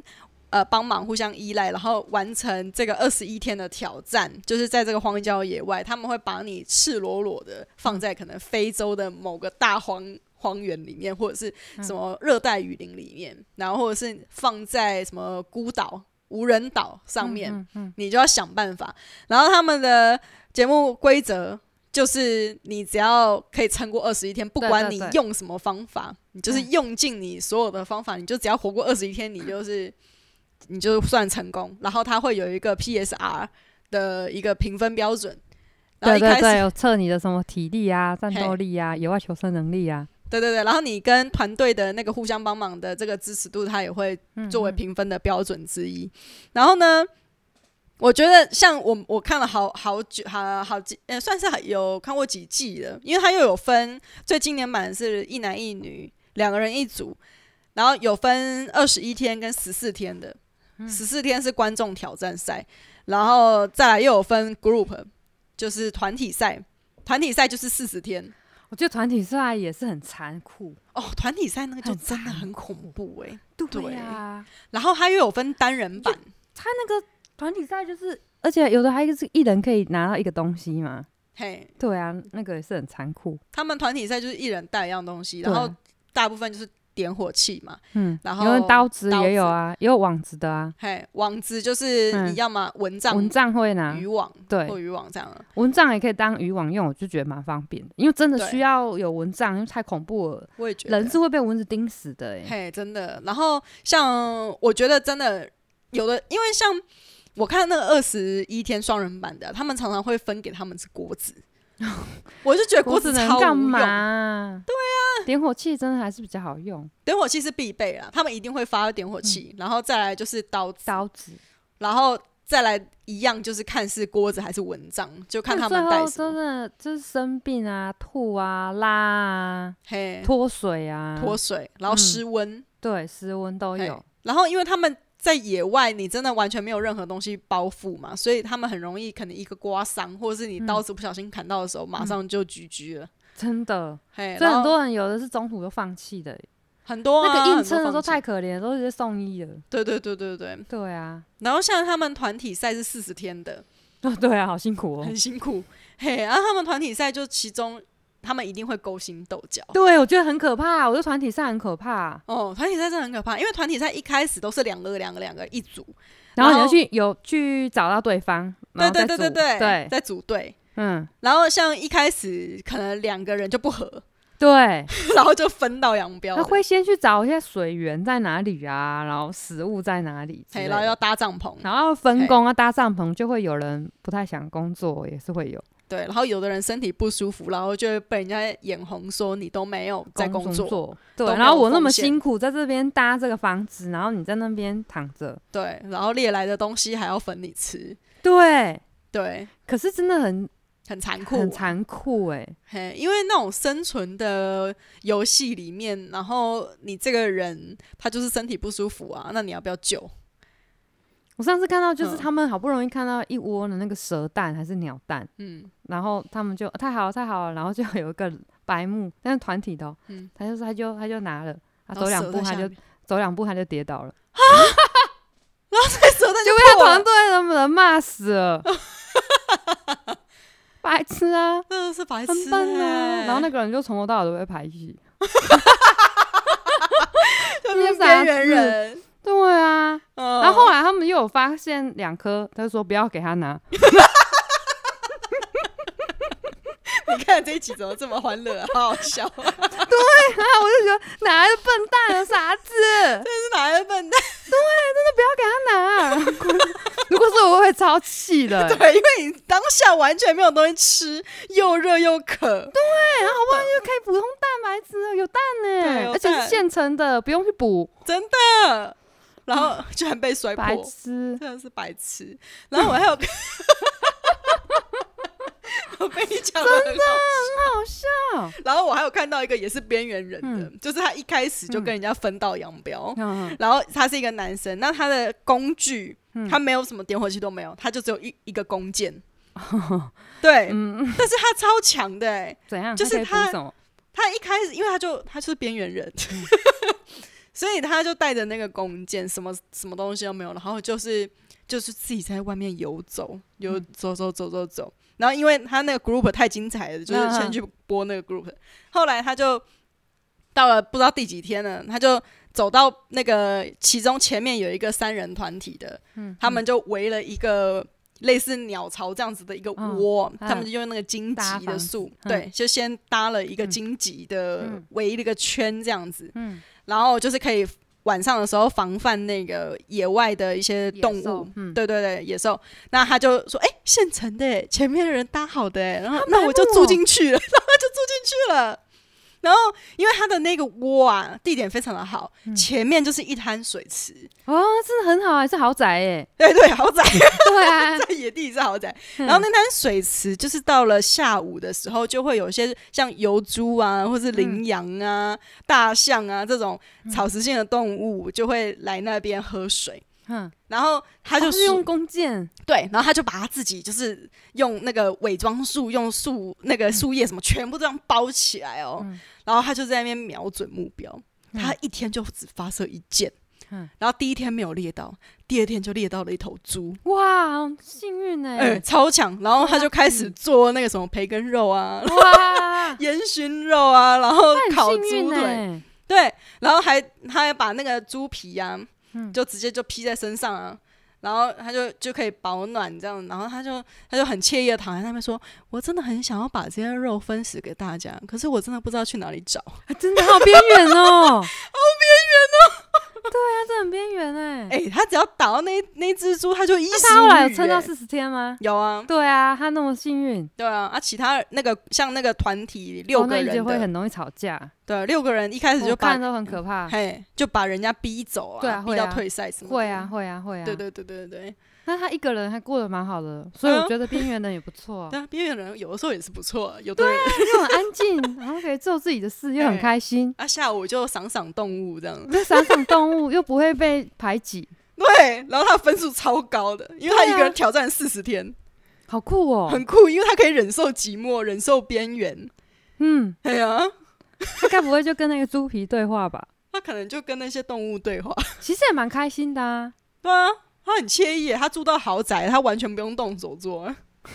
呃帮忙互相依赖，然后完成这个二十一天的挑战，就是在这个荒郊野外，他们会把你赤裸裸的放在可能非洲的某个大荒荒原里面，或者是什么热带雨林里面，然后或者是放在什么孤岛无人岛上面、嗯嗯嗯、你就要想办法。然后他们的节目规则就是你只要可以撑过二十一天，不管你用什么方法，对对对，你就是用尽你所有的方法、嗯、你就只要活过二十一天，你就是你就算成功。然后它会有一个 P S R 的一个评分标准，然后一开始对对对，有测你的什么体力啊、战斗力啊、野外求生能力啊， 对对对，然后你跟团队的那个互相帮忙的这个支持度，它也会作为评分的标准之一。嗯嗯，然后呢，我觉得像我我看了好好久好好几、呃，算是有看过几季了，因为它又有分最经典版是一男一女两个人一组，然后有分二十一天跟十四天的，十四天是观众挑战赛，然后再来又有分 group， 就是团体赛，团体赛就是四十天。 我觉得团体赛也是很残酷哦，团体赛那个就真的很恐怖哎、欸， 对啊。 然后它又有分单人版， 它那个团体赛就是，而且有的还是一人可以拿到一个东西嘛。嘿，对啊，那个也是很残酷。 他们团体赛就是一人带一样东西，然后大部分就是点火器嘛， 嗯， 然后因为刀子也有啊，也有网子的啊。 嘿，网子就是你要么蚊帐， 蚊帐会拿渔网， 对， 或渔网这样。 蚊帐也可以当渔网用，我就觉得蛮方便的，因为真的需要有蚊帐，因为太恐怖了， 我也觉得人是会被蚊子叮死的、欸， 嘿，真的。然后像我觉得真的有的，因为像我看那个二十一天双人版的，他们常常会分给他们吃锅子。我就觉得锅子超无用， 对啊，点火器真的还是比较好用。 点火器是必备啦，他们一定会发点火器、嗯，然后再来就是刀子， 刀子，然后再来一样就是看是锅子还是蚊帐，就看他们带什么。 真的就是生病啊、吐啊、拉啊、脱水啊、 脱水，然后失温、嗯， 对，失温都有。 然后因为他们在野外，你真的完全没有任何东西包覆嘛，所以他们很容易可能一个刮伤，或者是你刀子不小心砍到的时候，嗯、马上就 G G 了。 真的，所以很多人有的是中途就放弃的， 很多、啊、 那个硬撑的时候太可怜，都直接送医了。 对对对对对对啊！ 然后像他们团体赛是四十天的， 哦，对啊，好辛苦哦， 很辛苦。嘿，然后他们团体赛就其中。他们一定会勾心斗角， 对，我觉得很可怕。我觉得团体赛很可怕。 哦，团体赛真的很可怕，因为团体赛一开始都是两个两个两个一组， 然后你要去有去找到对方， 对对对对对对， 再组队。 嗯， 然后像一开始可能两个人就不合， 对， 然后就分道扬镳。 他会先去找一些水源在哪里啊，然后食物在哪里， 然后要搭帐篷， 然后分工啊，搭帐篷就会有人不太想工作，也是会有。 对，然后有的人身体不舒服，然后就会被人家眼红说你都没有在工作。工作对，然后我那么辛苦在这边搭这个房子，然后你在那边躺着。 对，然后猎来的东西还要分你吃。 对对， 可是真的很很残酷、啊， 很残酷哎、 欸。因为那种生存的游戏里面，然后你这个人他就是身体不舒服啊，那你要不要救？ 我上次看到就是他们好不容易看到一窝的那个蛇蛋还是鸟蛋，嗯，然后他们就、啊、太好了太好了，然后就有一个白目，但是团体的、喔，嗯，他就是他就他就拿了，他走两步他就走两步他就跌倒了，啊， 然后这蛇蛋就被他团队的人骂死了，白痴啊， 真的是白痴、欸， 很笨啊，然后那个人就从头到尾都被排挤， 就是边缘人。 对啊、嗯，然后后来他们又有发现两颗，他就说不要给他拿。 你看这一集怎么这么欢乐、啊，好好笑、啊。对，然后我就觉得哪来的笨蛋啊，傻子！ 真是哪来的笨蛋？ 对，真的不要给他拿。如果是我，我会超气的。 对，因为你当下完全没有东西吃，又热又渴。对， 然后好不容易就可以补充蛋白质，有蛋呢，而且是现成的，不用去补， 真的。然后居然被摔破， 白痴， 真的是白痴。然后我还有，我被你讲的真的很好笑。 然后我还有看到一个也是边缘人的、嗯，就是他一开始就跟人家分道扬镳、嗯，然后他是一个男生，那他的工具、嗯、他没有什么点火器都没有，他就只有一一个弓箭。对、嗯，但是他超强的、欸， 怎样？ 就是他， 他, 他一开始因为他就他就是边缘人。嗯所以他就带着那个弓箭，什么什么东西都没有，然后就是就是自己在外面游走，游走走走走走。然后因为他那个 group 太精彩了，就是先去播那个 group。后来他就到了不知道第几天了，他就走到那个其中前面有一个三人团体的，嗯、他们就围了一个类似鸟巢这样子的一个窝，嗯、他们就用那个荆棘的树，对，嗯、就先搭了一个荆棘的围了一个圈这样子，嗯、然后就是可以晚上的时候防范那个野外的一些动物，嗯、对对对，野兽。那他就说：“哎、欸，现成的耶，前面的人搭好的耶，然后那我就住进去了，然后就住进去了。”然后，因为他的那个窝啊，地点非常的好，嗯、前面就是一滩水池。 哦，真的很好啊，是豪宅耶！ 对对，豪宅。 对啊， 在野地是豪宅。然后那滩水池，就是到了下午的时候，就会有一些像疣猪啊，或是羚羊啊、嗯、大象啊这种草食性的动物，就会来那边喝水。嗯，然后他就、 哦、是用弓箭， 对，然后他就把他自己就是用那个伪装术，用树那个树叶什么全部这样包起来哦，嗯、然后他就在那边瞄准目标，嗯、他一天就只发射一箭，嗯、然后第一天没有猎到，第二天就猎到了一头猪， 哇，幸运哎、 欸，超强！然后他就开始做那个什么培根肉啊，哇，烟熏肉啊，然后烤猪腿，对，然后还他还把那个猪皮啊。嗯、就直接就披在身上啊，然后他就就可以保暖这样，然后他就他就很惬意的躺在那边说：“我真的很想要把这些肉分食给大家，可是我真的不知道去哪里找。 啊”真的好边缘哦，好边缘哦。 对啊，这很边缘哎。 哎，他只要打到那那只猪，他就衣食无虞。 他后来有撑到四十天吗？ 有啊。 对啊，他那么幸运。 对啊，啊，其他那个像那个团体六个人的， 哦、那就会很容易吵架。 对，六个人一开始就把看都很可怕， 嘿，就把人家逼走啊， 对啊， 逼到退赛什么的。 会啊，会啊，会啊。 对对对对对。 那他一个人还过得蛮好的，所以我觉得边缘人也不错、啊。 对啊，边缘人有的时候也是不错，有的人又很安静，然后可以做自己的事，又很开心。 啊，下午就赏赏动物这样。 对，赏赏动物又不会被排挤。 对，然后他的分数超高的，因为他一个人挑战四十天， 好酷哦， 很酷，因为他可以忍受寂寞，忍受边缘。嗯，哎呀， 他该不会就跟那个猪皮对话吧？ 他可能就跟那些动物对话， 其实也蛮开心的啊。 对啊。他很惬意，他住到豪宅，他完全不用动手做。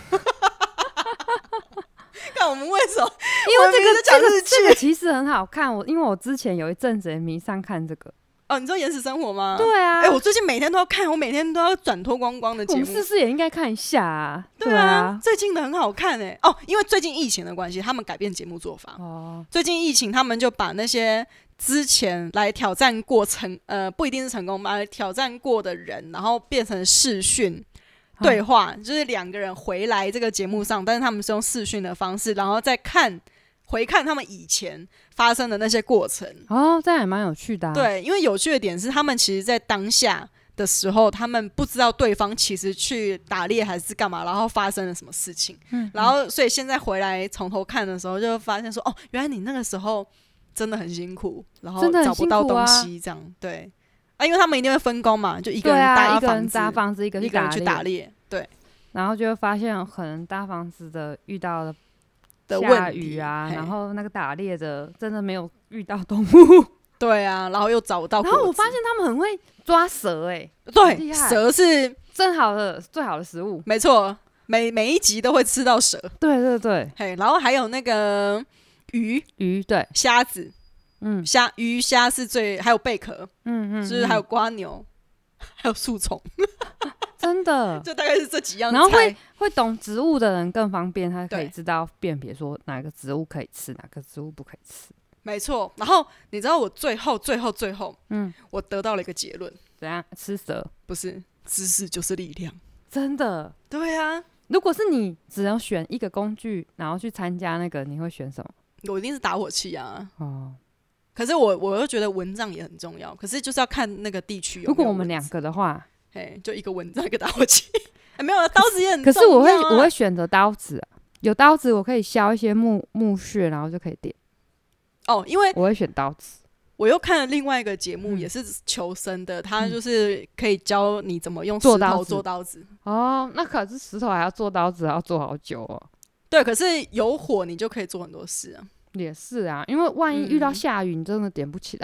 看我们为什么？ 因为这个这个这个其实很好看。我因为我之前有一阵子也迷上看这个。 哦，你知道《原始生活》吗？ 对啊。 哎、欸，我最近每天都要看，我每天都要转脱光光的节目。 我们试试也应该看一下啊。 对啊，对啊最近的很好看哎、欸。哦，因为最近疫情的关系，他们改变节目做法。哦。最近疫情，他们就把那些。之前来挑战过成呃不一定是成功吧，来挑战过的人，然后变成视讯对话，嗯、就是两个人回来这个节目上，但是他们是用视讯的方式，然后再看回看他们以前发生的那些过程。 哦，这样也蛮有趣的、啊。 对，因为有趣的点是，他们其实在当下的时候，他们不知道对方其实去打猎还是干嘛，然后发生了什么事情。嗯，然后所以现在回来从头看的时候，就发现说，哦，原来你那个时候。真的很辛苦，然后找不到东西，这样、啊、对啊，因为他们一定会分工嘛，就一个人搭房子， 对啊、一个人搭房子，一个一个人去打猎，对， 然后就会发现可能搭房子的遇到了下雨啊，然后那个打猎的真的没有遇到动物， 对啊，然后又找不到， 然后我发现他们很会抓蛇、欸，哎， 对，蛇是最好的最好的食物， 没错，每每一集都会吃到蛇， 对对对， 嘿，然后还有那个。鱼鱼对虾子，嗯，虾鱼虾是最还有贝壳，嗯嗯，就是还有蝸牛，还有树虫， 真的， 就大概是这几样菜。 然后会会懂植物的人更方便，他可以知道辨别说哪个植物可以吃，哪个植物不可以吃。 没错。然后你知道我最后最后最后，嗯，我得到了一个结论， 怎样？吃蛇？ 不是，知识就是力量。 真的？ 对啊。 如果是你只能选一个工具，然后去参加那个，你会选什么？ 我一定是打火器啊！哦，可是我我又觉得蚊帐也很重要，可是就是要看那个地区有没有。 如果我们两个的话， 哎，就一个蚊帐一个打火器，欸、没有刀子也很重要、啊。 可是我会我会选择刀子、啊，有刀子我可以削一些木木屑，然后就可以点。 哦，因为我会选刀子。 我又看了另外一个节目，嗯、也是求生的，他就是可以教你怎么用石头做刀子。 哦，那可是石头还要做刀子，还要做好久哦。 对，可是有火你就可以做很多事啊。 也是啊，因为万一遇到下雨，嗯、你真的点不起来。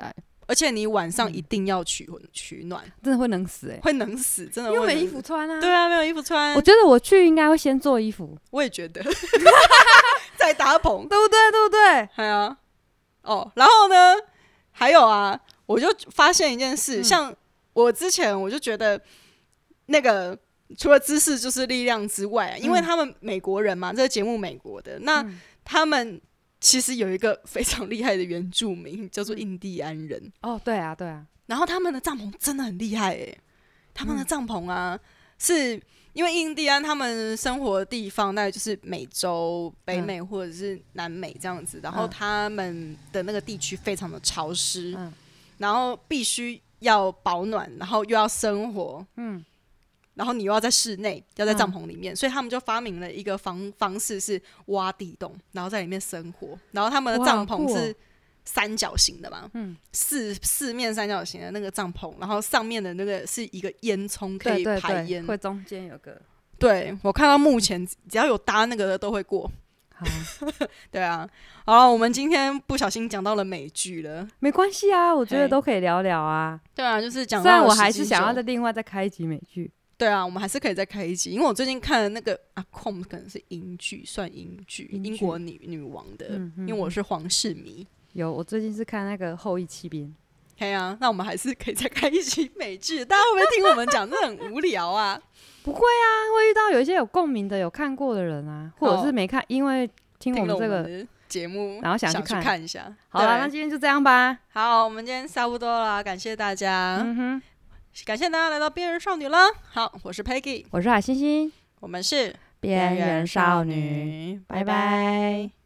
而且你晚上一定要取取暖， 真的会冷死哎、欸， 会冷死，真的会冷死， 因为没衣服穿啊。 对啊，没有衣服穿。 我觉得我去应该会先做衣服， 我也觉得，再搭棚， 对不对？对不对？ 哎呀，哦，然后呢，还有啊，我就发现一件事，嗯、像我之前我就觉得那个。除了知识就是力量之外、啊，因为他们美国人嘛，嗯、这个节目美国的，那他们其实有一个非常厉害的原住民，叫做印第安人。 哦，对啊，对啊。 然后他们的帐篷真的很厉害哎、欸，他们的帐篷啊，嗯、是因为印第安他们生活的地方大概就是美洲、北美或者是南美这样子，嗯、然后他们的那个地区非常的潮湿，嗯、然后必须要保暖，然后又要生活，嗯。然后你又要在室内，要在帐篷里面，嗯、所以他们就发明了一个方方式是挖地洞，然后在里面生活。然后他们的帐篷是三角形的嘛，嗯、四四面三角形的那个帐篷，然后上面的那个是一个烟囱可以排烟， 对对对，会中间有个。 对，我看到目前只要有搭那个的都会过。好，对啊，好了，我们今天不小心讲到了美剧了， 没关系啊，我觉得都可以聊聊啊。 对啊，就是讲到虽然我还是想要再另外再开一集美剧。 对啊，我们还是可以再开一集，因为我最近看的那个啊，控可能是英剧，算英剧，英国女女王的，嗯嗯、因为我是皇室迷。 有，我最近是看那个《后翼骑兵》。 对啊，那我们还是可以再开一集美剧，大家会不会听我们讲？这很无聊啊？ 不会啊，会遇到有一些有共鸣的、有看过的人啊，或者是没看，因为听我们这个节目， 然后想去看, 去看一下。 好了，那今天就这样吧。 好，我们今天差不多了，感谢大家。嗯哼。感谢大家来到边缘少女了。好，我是 Peggy， 我是海星星， 我们是边缘少女，拜拜。